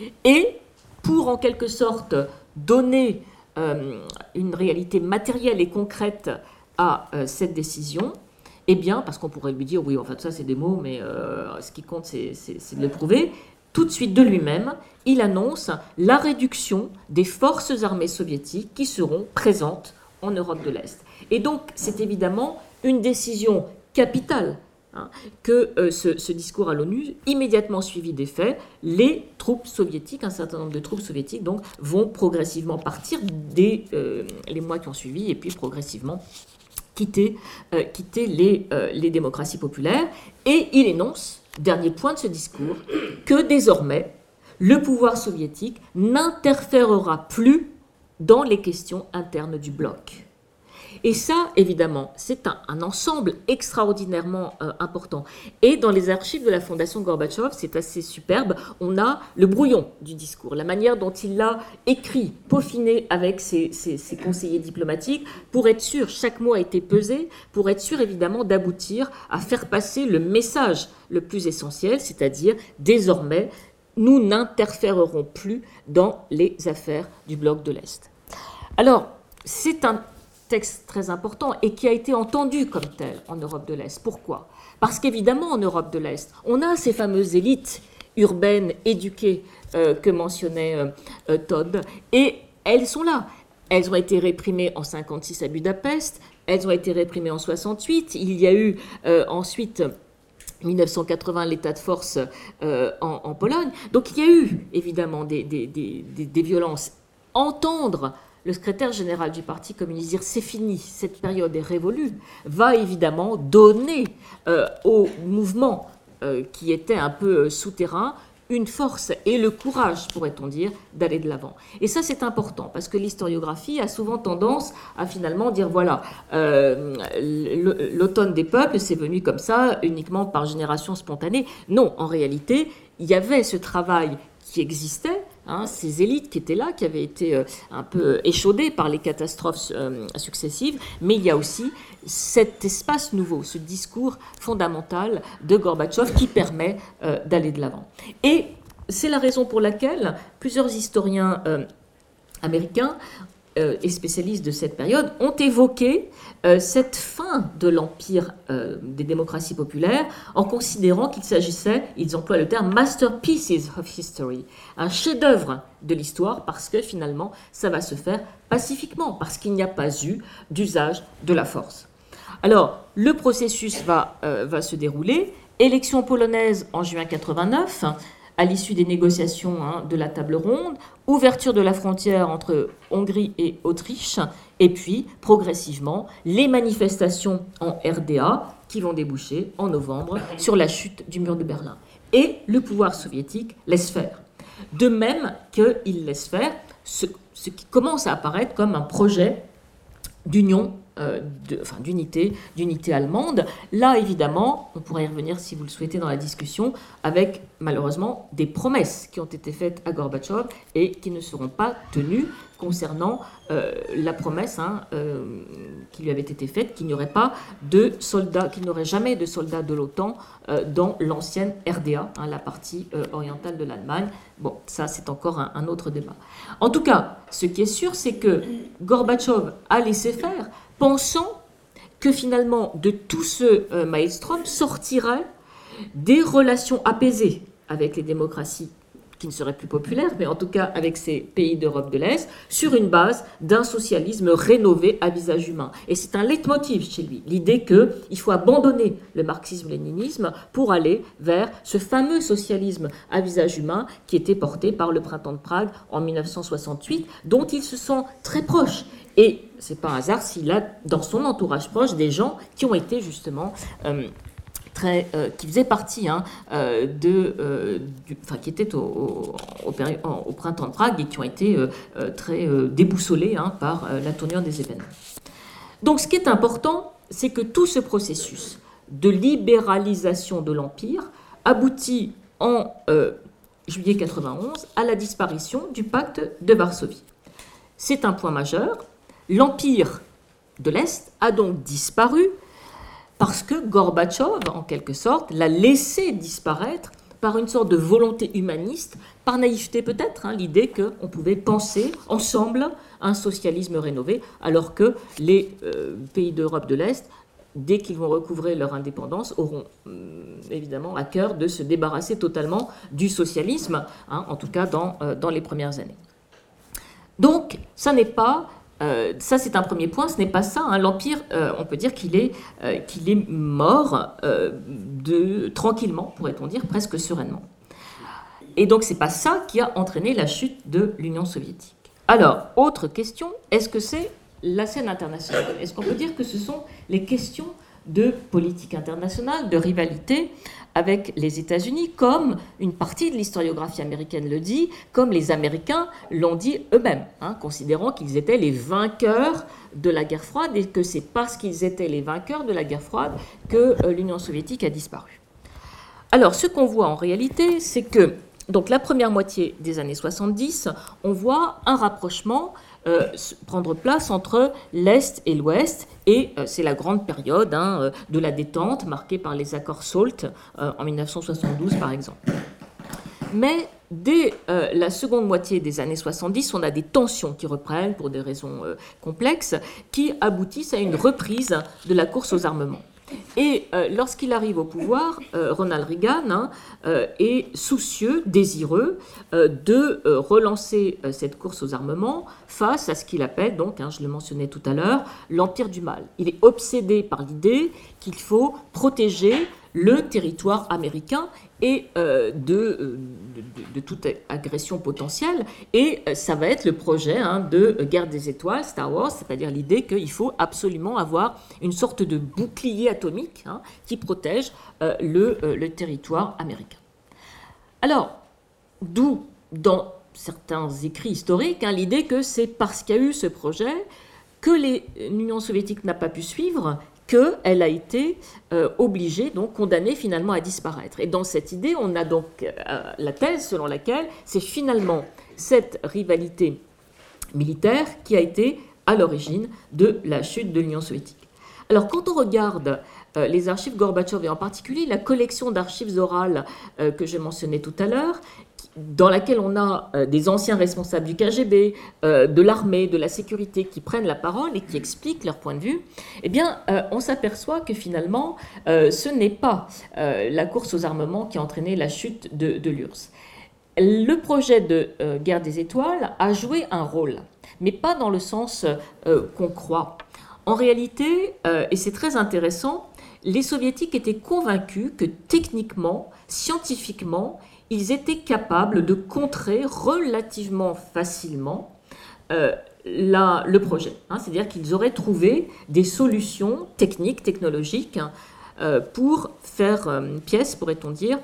A: et pour en quelque sorte donner euh, une réalité matérielle et concrète à euh, cette décision, eh bien, parce qu'on pourrait lui dire, oui, en fait, ça c'est des mots, mais euh, ce qui compte, c'est, c'est, c'est de le prouver, tout de suite de lui-même, il annonce la réduction des forces armées soviétiques qui seront présentes en Europe de l'Est. Et donc, c'est évidemment une décision capitale hein, que euh, ce, ce discours à l'ONU, immédiatement suivi des faits, les troupes soviétiques, un certain nombre de troupes soviétiques, donc, vont progressivement partir dès euh, les mois qui ont suivi, et puis progressivement quitter, euh, quitter les, euh, les démocraties populaires. Et il énonce, dernier point de ce discours, que désormais, le pouvoir soviétique n'interférera plus dans les questions internes du bloc. Et ça, évidemment, c'est un, un ensemble extraordinairement euh, important. Et dans les archives de la Fondation Gorbatchev, c'est assez superbe, on a le brouillon du discours, la manière dont il l'a écrit, peaufiné avec ses, ses, ses conseillers diplomatiques, pour être sûr, chaque mot a été pesé, pour être sûr, évidemment, d'aboutir à faire passer le message le plus essentiel, c'est-à-dire, désormais, nous n'interférerons plus dans les affaires du bloc de l'Est. Alors, c'est un texte très important et qui a été entendu comme tel en Europe de l'Est. Pourquoi ? Parce qu'évidemment, en Europe de l'Est, on a ces fameuses élites urbaines éduquées euh, que mentionnait euh, euh, Todd, et elles sont là. Elles ont été réprimées en cinquante-six à Budapest, elles ont été réprimées en soixante-huit, il y a eu euh, ensuite mille neuf cent quatre-vingts, l'état de force euh, en, en Pologne. Donc il y a eu évidemment des, des, des, des, des violences. Entendre le secrétaire général du Parti communiste dire « c'est fini, cette période est révolue », va évidemment donner euh, au mouvement euh, qui était un peu souterrain une force et le courage, pourrait-on dire, d'aller de l'avant. Et ça, c'est important, parce que l'historiographie a souvent tendance à finalement dire, voilà, euh, l'automne des peuples, c'est venu comme ça, uniquement par génération spontanée. Non, en réalité, il y avait ce travail qui existait, hein, ces élites qui étaient là, qui avaient été euh, un peu échaudées par les catastrophes euh, successives, mais il y a aussi cet espace nouveau, ce discours fondamental de Gorbatchev qui permet euh, d'aller de l'avant. Et c'est la raison pour laquelle plusieurs historiens euh, américains euh, et spécialistes de cette période ont évoqué euh, cette fin de l'empire euh, des démocraties populaires en considérant qu'il s'agissait, ils emploient le terme masterpieces of history, un chef-d'œuvre de l'histoire, parce que finalement ça va se faire pacifiquement, parce qu'il n'y a pas eu d'usage de la force. Alors, le processus va, euh, va se dérouler. Élection polonaise en juin quatre-vingt-neuf, à l'issue des négociations hein, de la table ronde, ouverture de la frontière entre Hongrie et Autriche, et puis, progressivement, les manifestations en R D A qui vont déboucher en novembre sur la chute du mur de Berlin. Et le pouvoir soviétique laisse faire. De même qu'il laisse faire ce, ce qui commence à apparaître comme un projet d'union, euh, de, enfin d'unité, d'unité allemande. Là, évidemment, on pourrait y revenir si vous le souhaitez dans la discussion, avec malheureusement des promesses qui ont été faites à Gorbatchev et qui ne seront pas tenues concernant euh, la promesse hein, euh, qui lui avait été faite qu'il n'y aurait pas de soldats, qu'il n'y aurait jamais de soldats de l'OTAN euh, dans l'ancienne R D A, hein, la partie euh, orientale de l'Allemagne. Bon, ça c'est encore un, un autre débat. En tout cas, ce qui est sûr, c'est que Gorbatchev a laissé faire, pensant que finalement de tout ce euh, maelstrom sortirait des relations apaisées avec les démocraties qui ne seraient plus populaires, mais en tout cas avec ces pays d'Europe de l'Est, sur une base d'un socialisme rénové à visage humain. Et c'est un leitmotiv chez lui, l'idée qu'il faut abandonner le marxisme-léninisme pour aller vers ce fameux socialisme à visage humain qui était porté par le printemps de Prague en mille neuf cent soixante-huit, dont il se sent très proche. Et ce n'est pas un hasard s'il a dans son entourage proche des gens qui ont été justement... Euh, Très, euh, qui faisaient partie hein, euh, de, euh, du, enfin, qui étaient au, au, au, au printemps de Prague et qui ont été euh, euh, très euh, déboussolés hein, par euh, la tournure des événements. Donc ce qui est important, c'est que tout ce processus de libéralisation de l'Empire aboutit en euh, juillet quatre-vingt-onze à la disparition du pacte de Varsovie. C'est un point majeur. L'Empire de l'Est a donc disparu parce que Gorbatchev, en quelque sorte, l'a laissé disparaître par une sorte de volonté humaniste, par naïveté peut-être, hein, l'idée qu'on pouvait penser ensemble un socialisme rénové, alors que les euh, pays d'Europe de l'Est, dès qu'ils vont recouvrer leur indépendance, auront euh, évidemment à cœur de se débarrasser totalement du socialisme, hein, en tout cas dans, euh, dans les premières années. Donc, ça n'est pas... Euh, ça, c'est un premier point, ce n'est pas ça. Hein. L'Empire, euh, on peut dire qu'il est, euh, qu'il est mort euh, de, tranquillement, pourrait-on dire, presque sereinement. Et donc, ce n'est pas ça qui a entraîné la chute de l'Union soviétique. Alors, autre question, est-ce que c'est la scène internationale? Est-ce qu'on peut dire que ce sont les questions de politique internationale, de rivalité avec les États-Unis, comme une partie de l'historiographie américaine le dit, comme les Américains l'ont dit eux-mêmes, hein, considérant qu'ils étaient les vainqueurs de la guerre froide et que c'est parce qu'ils étaient les vainqueurs de la guerre froide que euh, l'Union soviétique a disparu. Alors, ce qu'on voit en réalité, c'est que, donc la première moitié des années soixante-dix, on voit un rapprochement Euh, prendre place entre l'Est et l'Ouest, et euh, c'est la grande période hein, de la détente marquée par les accords SALT euh, en dix-neuf cent soixante-douze par exemple. Mais dès euh, la seconde moitié des années soixante-dix, on a des tensions qui reprennent pour des raisons euh, complexes, qui aboutissent à une reprise de la course aux armements. Et euh, lorsqu'il arrive au pouvoir, euh, Ronald Reagan hein, euh, est soucieux, désireux euh, de euh, relancer euh, cette course aux armements face à ce qu'il appelle, donc, hein, je le mentionnais tout à l'heure, l'empire du mal. Il est obsédé par l'idée qu'il faut protéger le territoire américain et euh, de, euh, de, de toute agression potentielle. Et euh, ça va être le projet hein, de Guerre des étoiles, Star Wars, c'est-à-dire l'idée qu'il faut absolument avoir une sorte de bouclier atomique hein, qui protège euh, le, euh, le territoire américain. Alors, d'où, dans certains écrits historiques, hein, l'idée que c'est parce qu'il y a eu ce projet que l'Union soviétique n'a pas pu suivre qu'elle a été euh, obligée, donc condamnée finalement à disparaître. Et dans cette idée, on a donc euh, la thèse selon laquelle c'est finalement cette rivalité militaire qui a été à l'origine de la chute de l'Union soviétique. Alors quand on regarde euh, les archives Gorbatchev, et en particulier la collection d'archives orales euh, que je mentionnais tout à l'heure, dans laquelle on a euh, des anciens responsables du K G B, euh, de l'armée, de la sécurité qui prennent la parole et qui expliquent leur point de vue, eh bien, euh, on s'aperçoit que finalement, euh, ce n'est pas euh, la course aux armements qui a entraîné la chute de, de l'U R S S. Le projet de euh, Guerre des étoiles a joué un rôle, mais pas dans le sens euh, qu'on croit. En réalité, euh, et c'est très intéressant, les soviétiques étaient convaincus que techniquement, scientifiquement, ils étaient capables de contrer relativement facilement euh, la, le projet. Hein, c'est-à-dire qu'ils auraient trouvé des solutions techniques, technologiques, hein, euh, pour faire euh, pièce, pourrait-on dire,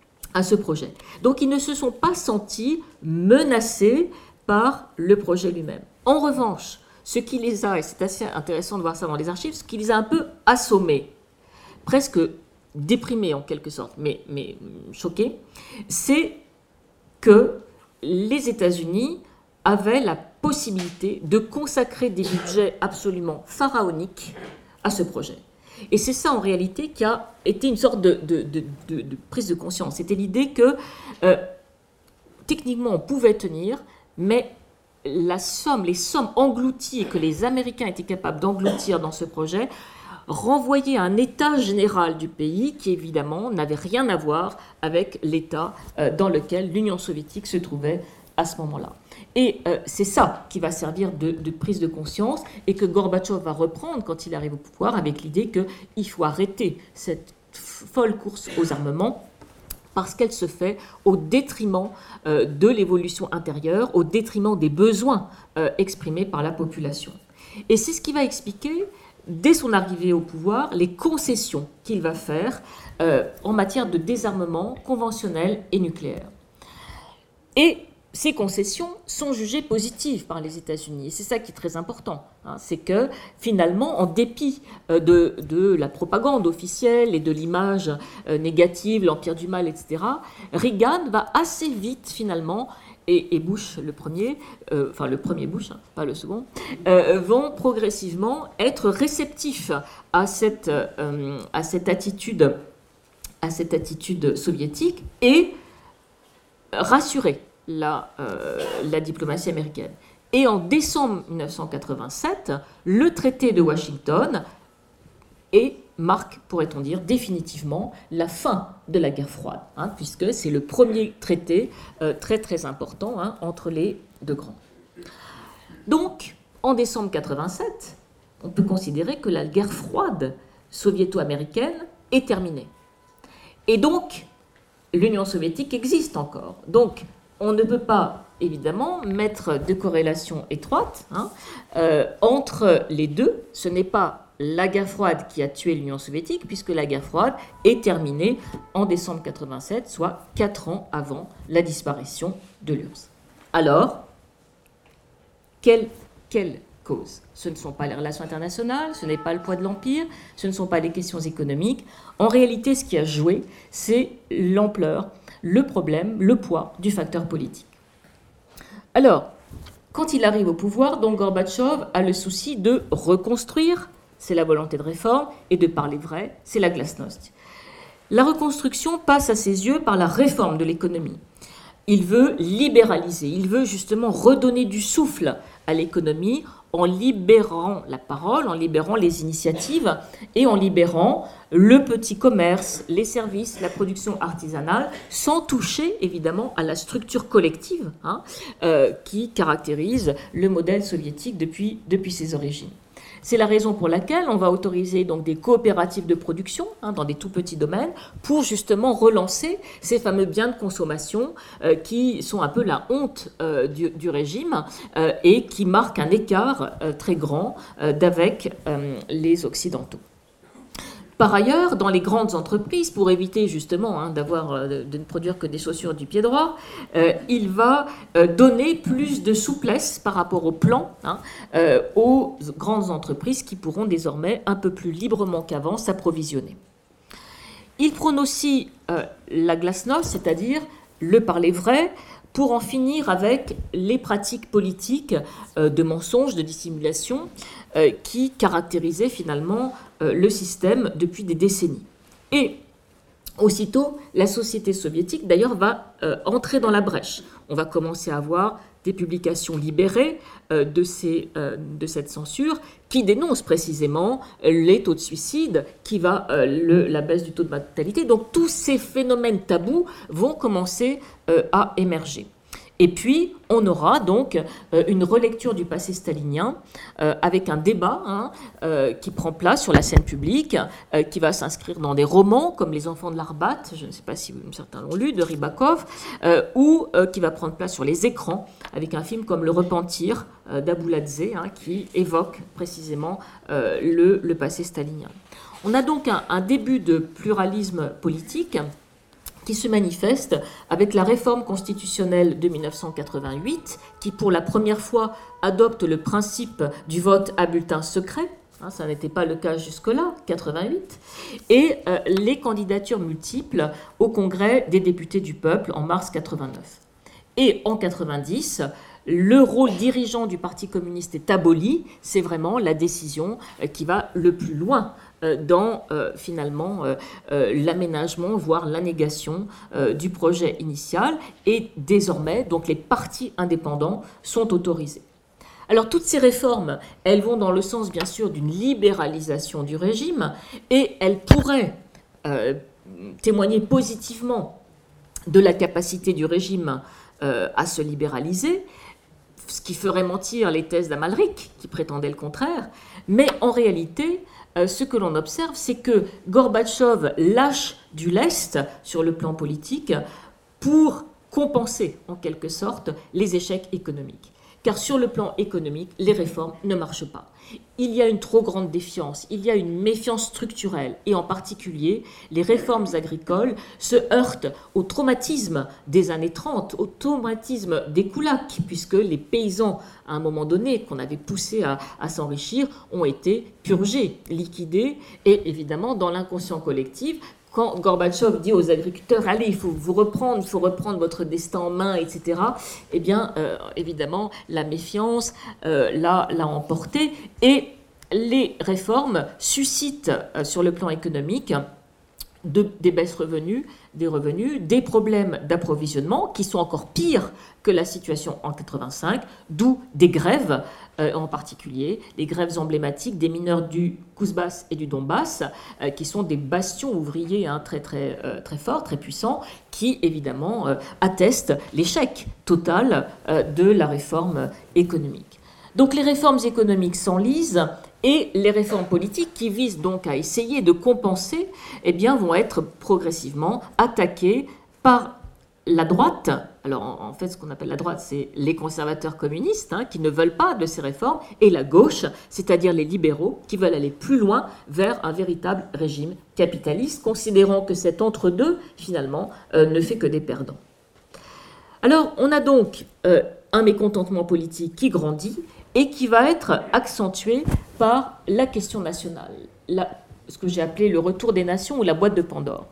A: à ce projet. Donc ils ne se sont pas sentis menacés par le projet lui-même. En revanche, ce qui les a, et c'est assez intéressant de voir ça dans les archives, ce qui les a un peu assommés, presque déprimés en quelque sorte, mais, mais choqués, c'est que les États-Unis avaient la possibilité de consacrer des budgets absolument pharaoniques à ce projet. Et c'est ça en réalité qui a été une sorte de, de, de, de, de prise de conscience. C'était l'idée que euh, techniquement on pouvait tenir, mais la somme, les sommes englouties que les Américains étaient capables d'engloutir dans ce projet renvoyait à un état général du pays qui, évidemment, n'avait rien à voir avec l'état euh, dans lequel l'Union soviétique se trouvait à ce moment-là. Et euh, c'est ça qui va servir de, de prise de conscience et que Gorbatchev va reprendre quand il arrive au pouvoir avec l'idée qu'il faut arrêter cette folle course aux armements parce qu'elle se fait au détriment euh, de l'évolution intérieure, au détriment des besoins euh, exprimés par la population. Et c'est ce qui va expliquer, dès son arrivée au pouvoir, les concessions qu'il va faire euh, en matière de désarmement conventionnel et nucléaire. Et ces concessions sont jugées positives par les États-Unis. Et c'est ça qui est très important. Hein, c'est que finalement, en dépit euh, de, de la propagande officielle et de l'image euh, négative, l'empire du mal, et cetera, Reagan va assez vite finalement, et, et Bush le premier, euh, enfin le premier Bush, hein, pas le second, euh, vont progressivement être réceptifs à cette, euh, à cette attitude, à cette attitude soviétique et rassurer La, euh, la diplomatie américaine. Et en décembre mille neuf cent quatre-vingt-sept, le traité de Washington et marque, pourrait-on dire, définitivement la fin de la guerre froide, hein, puisque c'est le premier traité euh, très très important hein, entre les deux grands. Donc, en décembre mille neuf cent quatre-vingt-sept, on peut considérer que la guerre froide soviéto-américaine est terminée. Et donc, l'Union soviétique existe encore. Donc, on ne peut pas, évidemment, mettre de corrélation étroite hein, euh, entre les deux. Ce n'est pas la guerre froide qui a tué l'Union soviétique, puisque la guerre froide est terminée en décembre mille neuf cent quatre-vingt-sept, soit quatre ans avant la disparition de l'U R S S. Alors, quelle, quelle cause ? Ce ne sont pas les relations internationales, ce n'est pas le poids de l'Empire, ce ne sont pas les questions économiques. En réalité, ce qui a joué, c'est l'ampleur, le problème, le poids du facteur politique. Alors, quand il arrive au pouvoir, donc Gorbatchev a le souci de reconstruire, c'est la volonté de réforme, et de parler vrai, c'est la glasnost. La reconstruction passe à ses yeux par la réforme de l'économie. Il veut libéraliser, il veut justement redonner du souffle à l'économie en libérant la parole, en libérant les initiatives et en libérant le petit commerce, les services, la production artisanale, sans toucher évidemment à la structure collective hein, euh, qui caractérise le modèle soviétique depuis, depuis ses origines. C'est la raison pour laquelle on va autoriser donc des coopératives de production hein, dans des tout petits domaines pour justement relancer ces fameux biens de consommation euh, qui sont un peu la honte euh, du, du régime euh, et qui marquent un écart euh, très grand euh, d'avec euh, les Occidentaux. Par ailleurs, dans les grandes entreprises, pour éviter justement hein, d'avoir, euh, de ne produire que des chaussures du pied droit, euh, il va euh, donner plus de souplesse par rapport au plan hein, euh, aux grandes entreprises qui pourront désormais un peu plus librement qu'avant s'approvisionner. Il prône aussi euh, la glasnost, c'est-à-dire le parler vrai, pour en finir avec les pratiques politiques euh, de mensonges, de dissimulation, euh, qui caractérisaient finalement euh, le système depuis des décennies. Et aussitôt, la société soviétique, d'ailleurs, va euh, entrer dans la brèche. On va commencer à avoir des publications libérées euh, de, ces, euh, de cette censure qui dénoncent précisément les taux de suicide, qui va euh, le, la baisse du taux de mortalité. Donc tous ces phénomènes tabous vont commencer euh, à émerger. Et puis, on aura donc euh, une relecture du passé stalinien euh, avec un débat hein, euh, qui prend place sur la scène publique, euh, qui va s'inscrire dans des romans comme Les Enfants de l'Arbat, je ne sais pas si certains l'ont lu, de Rybakov, euh, ou euh, qui va prendre place sur les écrans avec un film comme Le Repentir euh, d'Abouladze, hein, qui évoque précisément euh, le, le passé stalinien. On a donc un, un début de pluralisme politique qui se manifeste avec la réforme constitutionnelle de mille neuf cent quatre-vingt-huit, qui pour la première fois adopte le principe du vote à bulletin secret, hein, ça n'était pas le cas jusque-là, quatre-vingt-huit, et euh, les candidatures multiples au Congrès des députés du peuple en mars quatre-vingt-neuf. Et en quatre-vingt-dix, le rôle dirigeant du Parti communiste est aboli, c'est vraiment la décision qui va le plus loin dans euh, finalement euh, euh, l'aménagement, voire la négation euh, du projet initial, et désormais, donc les partis indépendants sont autorisés. Alors toutes ces réformes, elles vont dans le sens bien sûr d'une libéralisation du régime, et elles pourraient euh, témoigner positivement de la capacité du régime euh, à se libéraliser, ce qui ferait mentir les thèses d'Amalric, qui prétendaient le contraire, mais en réalité, Euh, ce que l'on observe, c'est que Gorbatchev lâche du lest sur le plan politique pour compenser, en quelque sorte, les échecs économiques. car sur le plan économique, les réformes ne marchent pas. Il y a une trop grande défiance, il y a une méfiance structurelle, et en particulier, les réformes agricoles se heurtent au traumatisme des années trente, au traumatisme des koulaks, puisque les paysans, à un moment donné, qu'on avait poussés à, à s'enrichir, ont été purgés, liquidés, et évidemment, dans l'inconscient collectif, quand Gorbatchev dit aux agriculteurs « Allez, il faut vous reprendre, il faut reprendre votre destin en main, et cetera » Eh bien, euh, évidemment, la méfiance euh, l'a, l'a emporté. Et les réformes suscitent, euh, sur le plan économique, de, des baisses revenus, des revenus, des problèmes d'approvisionnement qui sont encore pires que la situation en quatre-vingt-cinq, d'où des grèves, euh, en particulier les grèves emblématiques des mineurs du Kouzbas et du Donbass, euh, qui sont des bastions ouvriers hein, très, très, euh, très forts, très puissants, qui évidemment euh, attestent l'échec total euh, de la réforme économique. Donc les réformes économiques s'enlisent, et les réformes politiques qui visent donc à essayer de compenser, eh bien, vont être progressivement attaquées par la droite. Alors en fait, ce qu'on appelle la droite, c'est les conservateurs communistes hein, qui ne veulent pas de ces réformes, et la gauche, c'est-à-dire les libéraux, qui veulent aller plus loin vers un véritable régime capitaliste, considérant que cet entre-deux, finalement, euh, ne fait que des perdants. Alors on a donc euh, un mécontentement politique qui grandit, et qui va être accentué par la question nationale, la, ce que j'ai appelé le retour des nations ou la boîte de Pandore.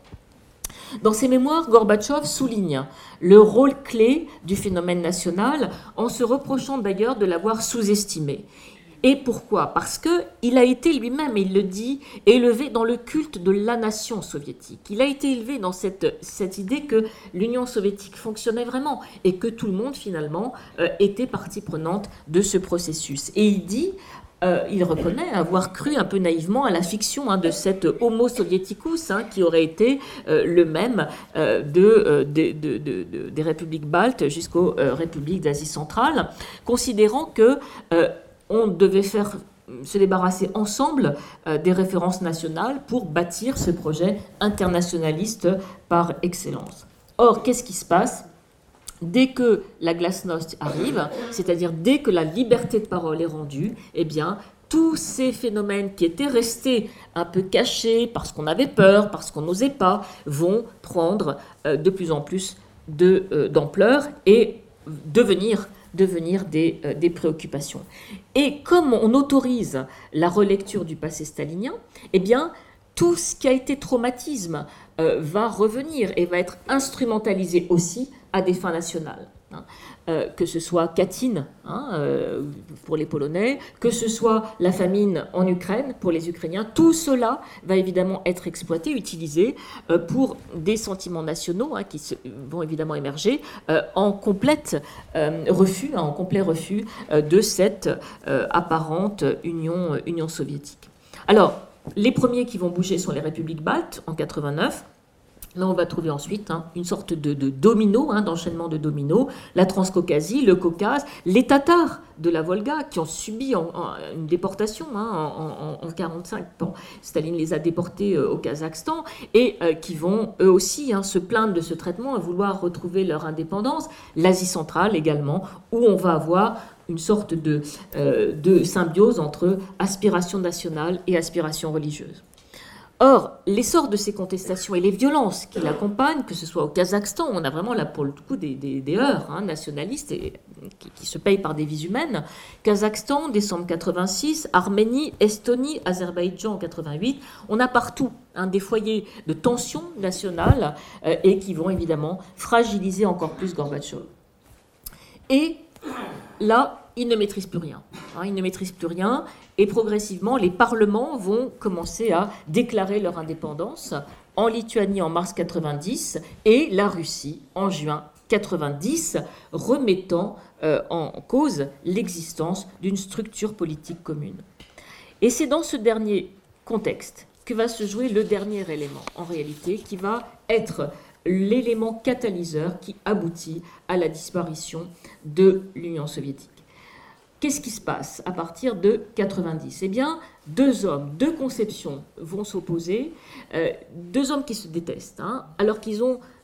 A: Dans ses mémoires, Gorbatchev souligne le rôle clé du phénomène national en se reprochant d'ailleurs de l'avoir sous-estimé. Et pourquoi ? Parce qu'il a été lui-même, et il le dit, élevé dans le culte de la nation soviétique. Il a été élevé dans cette, cette idée que l'Union soviétique fonctionnait vraiment et que tout le monde, finalement, euh, était partie prenante de ce processus. Et il dit, euh, il reconnaît avoir cru un peu naïvement à la fiction hein, de cet homo soviéticus hein, qui aurait été euh, le même euh, de, euh, de, de, de, de, des républiques baltes jusqu'aux euh, républiques d'Asie centrale, considérant que euh, on devait faire, se débarrasser ensemble euh, des références nationales pour bâtir ce projet internationaliste par excellence. Or, qu'est-ce qui se passe ? Dès que la glasnost arrive, c'est-à-dire dès que la liberté de parole est rendue, eh bien, tous ces phénomènes qui étaient restés un peu cachés parce qu'on avait peur, parce qu'on n'osait pas, vont prendre euh, de plus en plus de, euh, d'ampleur et devenir devenir des, euh, des préoccupations. Et comme on autorise la relecture du passé stalinien, eh bien, tout ce qui a été traumatisme euh, va revenir et va être instrumentalisé aussi à des fins nationales. Hein. Euh, que ce soit Katyn hein, euh, pour les Polonais, que ce soit la famine en Ukraine pour les Ukrainiens, tout cela va évidemment être exploité, utilisé euh, pour des sentiments nationaux hein, qui se, vont évidemment émerger euh, en complète euh, refus, hein, en complet refus euh, de cette euh, apparente Union, euh, Union soviétique. Alors, les premiers qui vont bouger sont les républiques baltes en quatre-vingt-neuf. Là, on va trouver ensuite hein, une sorte de, de domino, hein, d'enchaînement de dominos, la Transcaucasie, le Caucase, les Tatars de la Volga qui ont subi en, en, une déportation hein, en mille neuf cent quarante-cinq. Bon, Staline les a déportés euh, au Kazakhstan et euh, qui vont eux aussi hein, se plaindre de ce traitement et vouloir retrouver leur indépendance. L'Asie centrale également, où on va avoir une sorte de, euh, de symbiose entre aspiration nationale et aspiration religieuse. Or, l'essor de ces contestations et les violences qui l'accompagnent, que ce soit au Kazakhstan, on a vraiment là pour le coup des, des, des heurts hein, nationalistes et, qui, qui se payent par des vies humaines. Kazakhstan, décembre quatre-vingt-six, Arménie, Estonie, Azerbaïdjan en quatre-vingt-huit, on a partout hein, des foyers de tension nationale euh, et qui vont évidemment fragiliser encore plus Gorbatchev. Et là, il ne maîtrise plus rien. Hein, il ne maîtrise plus rien. Et progressivement, les parlements vont commencer à déclarer leur indépendance en Lituanie en mars quatre-vingt-dix et la Russie en juin quatre-vingt-dix, remettant euh, en cause l'existence d'une structure politique commune. Et c'est dans ce dernier contexte que va se jouer le dernier élément, en réalité, qui va être l'élément catalyseur qui aboutit à la disparition de l'Union soviétique. Qu'est-ce qui se passe à partir de quatre-vingt-dix ? Eh bien, deux hommes, deux conceptions vont s'opposer, euh, deux hommes qui se détestent, hein, alors qu'ils ont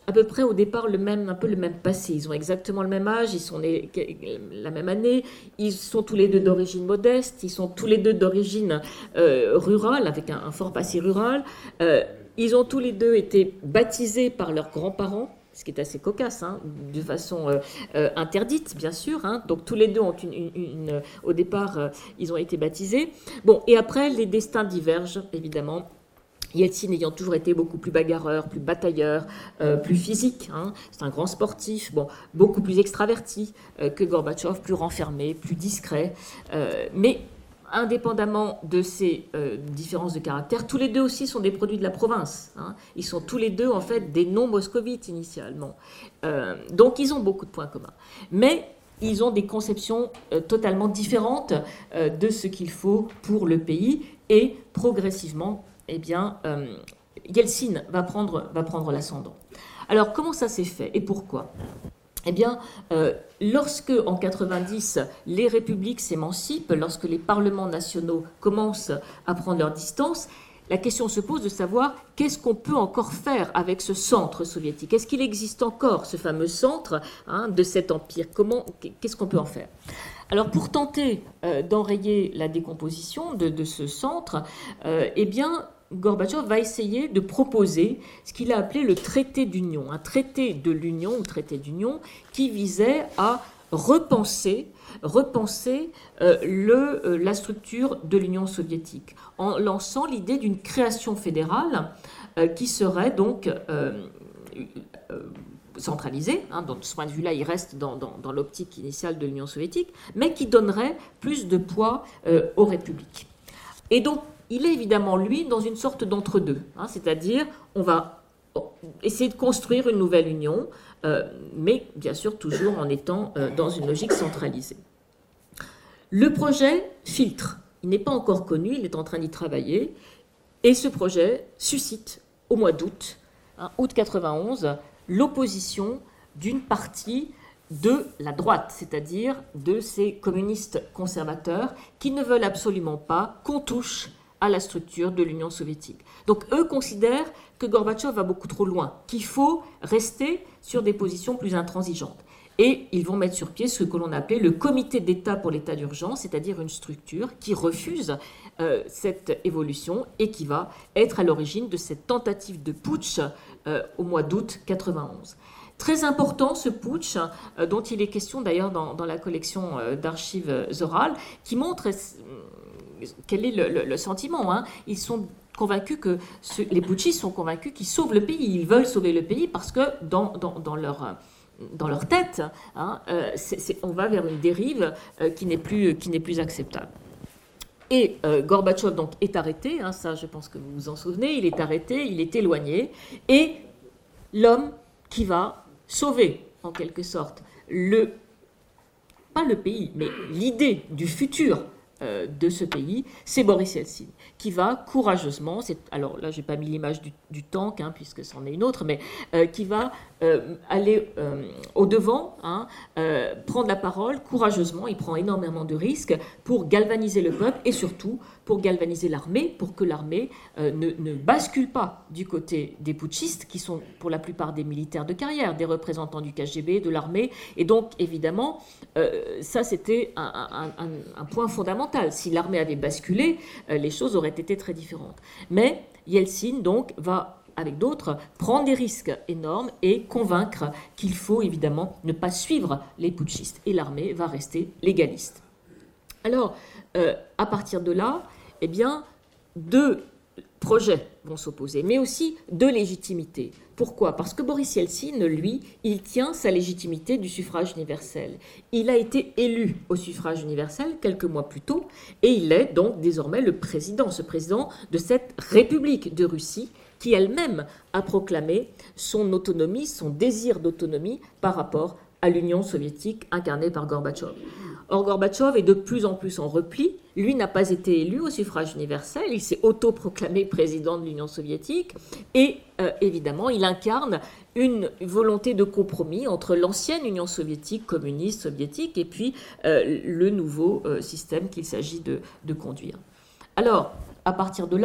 A: à peu près au départ le même, un peu le même passé. Ils ont exactement le même âge, ils sont nés la même année, ils sont tous les deux d'origine modeste, ils sont tous les deux d'origine euh, rurale, avec un, un fort passé rural. Euh, ils ont tous les deux été baptisés par leurs grands-parents, ce qui est assez cocasse, hein, de façon euh, euh, interdite, bien sûr. Hein. Donc tous les deux ont une, une, une au départ, euh, ils ont été baptisés. Bon, et après, les destins divergent, évidemment. Yeltsin ayant toujours été beaucoup plus bagarreur, plus batailleur, euh, plus physique. Hein. C'est un grand sportif, bon, beaucoup plus extraverti euh, que Gorbatchev, plus renfermé, plus discret. Euh, mais indépendamment de ces euh, différences de caractère, tous les deux aussi sont des produits de la province. Hein. Ils sont tous les deux en fait des non-moscovites initialement. Euh, donc ils ont beaucoup de points communs. Mais ils ont des conceptions euh, totalement différentes euh, de ce qu'il faut pour le pays et progressivement, eh bien, euh, Yeltsin va prendre, va prendre l'ascendant. Alors, comment ça s'est fait et pourquoi ? Eh bien, euh, lorsque, en quatre-vingt-dix, les républiques s'émancipent, lorsque les parlements nationaux commencent à prendre leur distance, la question se pose de savoir qu'est-ce qu'on peut encore faire avec ce centre soviétique. Est-ce qu'il existe encore ce fameux centre hein, de cet empire ? Comment, qu'est-ce qu'on peut en faire ? Alors, pour tenter euh, d'enrayer la décomposition de, de ce centre, euh, eh bien, Gorbatchev va essayer de proposer ce qu'il a appelé le traité d'union, un traité de l'union ou traité d'union qui visait à repenser, repenser euh, le, euh, la structure de l'Union soviétique en lançant l'idée d'une création fédérale euh, qui serait donc euh, euh, centralisée. Hein, donc, de ce point de vue-là, il reste dans, dans, dans l'optique initiale de l'Union soviétique, mais qui donnerait plus de poids euh, aux républiques. Et donc, il est évidemment, lui, dans une sorte d'entre-deux, hein, c'est-à-dire on va essayer de construire une nouvelle union, euh, mais bien sûr toujours en étant euh, dans une logique centralisée. Le projet filtre, il n'est pas encore connu, il est en train d'y travailler, et ce projet suscite au mois d'août, hein, août quatre-vingt-onze, l'opposition d'une partie de la droite, c'est-à-dire de ces communistes conservateurs qui ne veulent absolument pas qu'on touche à la structure de l'Union soviétique. Donc eux considèrent que Gorbatchev va beaucoup trop loin, qu'il faut rester sur des positions plus intransigeantes. Et ils vont mettre sur pied ce que l'on appelait le comité d'État pour l'état d'urgence, c'est-à-dire une structure qui refuse euh, cette évolution et qui va être à l'origine de cette tentative de putsch euh, au mois d'août quatre-vingt-onze. Très important ce putsch, euh, dont il est question d'ailleurs dans, dans la collection euh, d'archives euh, orales, qui montre... Euh, quel est le, le, le sentiment hein. Ils sont convaincus que ce, les putschistes sont convaincus qu'ils sauvent le pays. Ils veulent sauver le pays parce que dans, dans, dans, leur, dans leur tête, hein, euh, c'est, c'est, on va vers une dérive euh, qui n'est plus, qui n'est plus acceptable. Et euh, Gorbatchev donc est arrêté, hein, ça je pense que vous vous en souvenez, il est arrêté, il est éloigné, et l'homme qui va sauver en quelque sorte le, pas le pays, mais l'idée du futur de ce pays, c'est Boris Yeltsin, qui va courageusement, c'est, alors là, je n'ai pas mis l'image du, du tank, hein, puisque c'en est une autre, mais euh, qui va euh, aller euh, au-devant, hein, euh, prendre la parole courageusement, il prend énormément de risques pour galvaniser le peuple et surtout pour galvaniser l'armée, pour que l'armée euh, ne, ne bascule pas du côté des putschistes, qui sont pour la plupart des militaires de carrière, des représentants du K G B, de l'armée, et donc évidemment, euh, ça c'était un, un, un, un point fondamental. Si l'armée avait basculé, euh, les choses auraient été très différentes. Mais Yeltsin, donc, va, avec d'autres, prendre des risques énormes et convaincre qu'il faut évidemment ne pas suivre les putschistes. Et l'armée va rester légaliste. Alors, euh, à partir de là, eh bien, deux projets vont s'opposer, mais aussi deux légitimités. Pourquoi ? Parce que Boris Yeltsin, lui, il tient sa légitimité du suffrage universel. Il a été élu au suffrage universel quelques mois plus tôt, et il est donc désormais le président, ce président de cette République de Russie, qui elle-même a proclamé son autonomie, son désir d'autonomie par rapport à l'Union soviétique incarnée par Gorbatchev. Or, Gorbatchev est de plus en plus en repli. Lui n'a pas été élu au suffrage universel, il s'est autoproclamé président de l'Union soviétique et euh, évidemment, il incarne une volonté de compromis entre l'ancienne Union soviétique, communiste soviétique, et puis euh, le nouveau euh, système qu'il s'agit de, de conduire. Alors, à partir de là,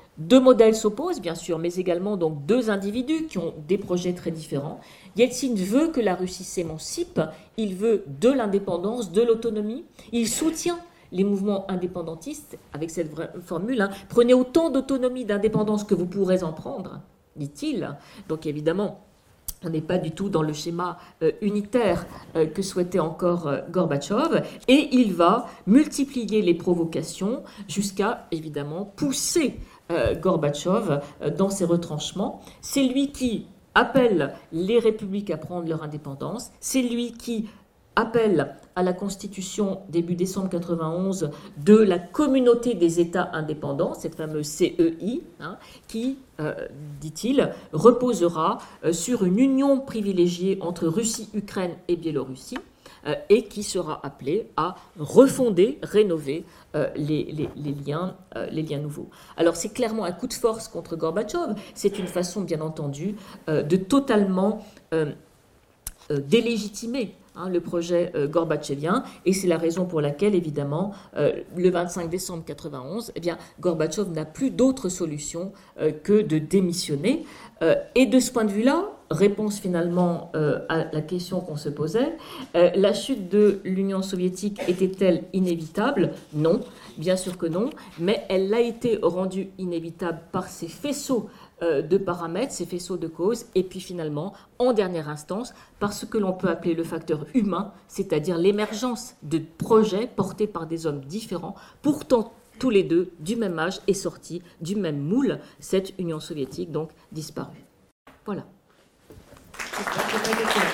A: deux modèles s'opposent, bien sûr, mais également donc deux individus qui ont des projets très différents. Yeltsin veut que la Russie s'émancipe, il veut de l'indépendance, de l'autonomie, il soutient les mouvements indépendantistes avec cette formule, hein, prenez autant d'autonomie, d'indépendance que vous pourrez en prendre, dit-il. Donc évidemment, on n'est pas du tout dans le schéma euh, unitaire euh, que souhaitait encore euh, Gorbatchev, et il va multiplier les provocations jusqu'à évidemment pousser euh, Gorbatchev euh, dans ses retranchements. C'est lui qui appelle les républiques à prendre leur indépendance, c'est lui qui appelle à la constitution début décembre quatre-vingt-onze de la communauté des États indépendants, cette fameuse C E I, hein, qui, euh, dit-il, reposera euh, sur une union privilégiée entre Russie, Ukraine et Biélorussie, euh, et qui sera appelée à refonder, rénover euh, les, les, les, liens, euh, les liens nouveaux. Alors c'est clairement un coup de force contre Gorbatchev, c'est une façon bien entendu euh, de totalement euh, euh, délégitimer Hein, le projet euh, gorbatchevien, et c'est la raison pour laquelle, évidemment, euh, le vingt-cinq décembre quatre-vingt-onze, eh bien, Gorbatchev n'a plus d'autre solution euh, que de démissionner. Euh, et de ce point de vue-là, réponse finalement euh, à la question qu'on se posait, euh, la chute de l'Union soviétique était-elle inévitable? Non, bien sûr que non, mais elle l'a été rendue inévitable par ces faisceaux de paramètres, ces faisceaux de causes, et puis finalement, en dernière instance, par ce que l'on peut appeler le facteur humain, c'est-à-dire l'émergence de projets portés par des hommes différents, pourtant tous les deux du même âge et sortis du même moule, cette Union soviétique donc disparue. Voilà.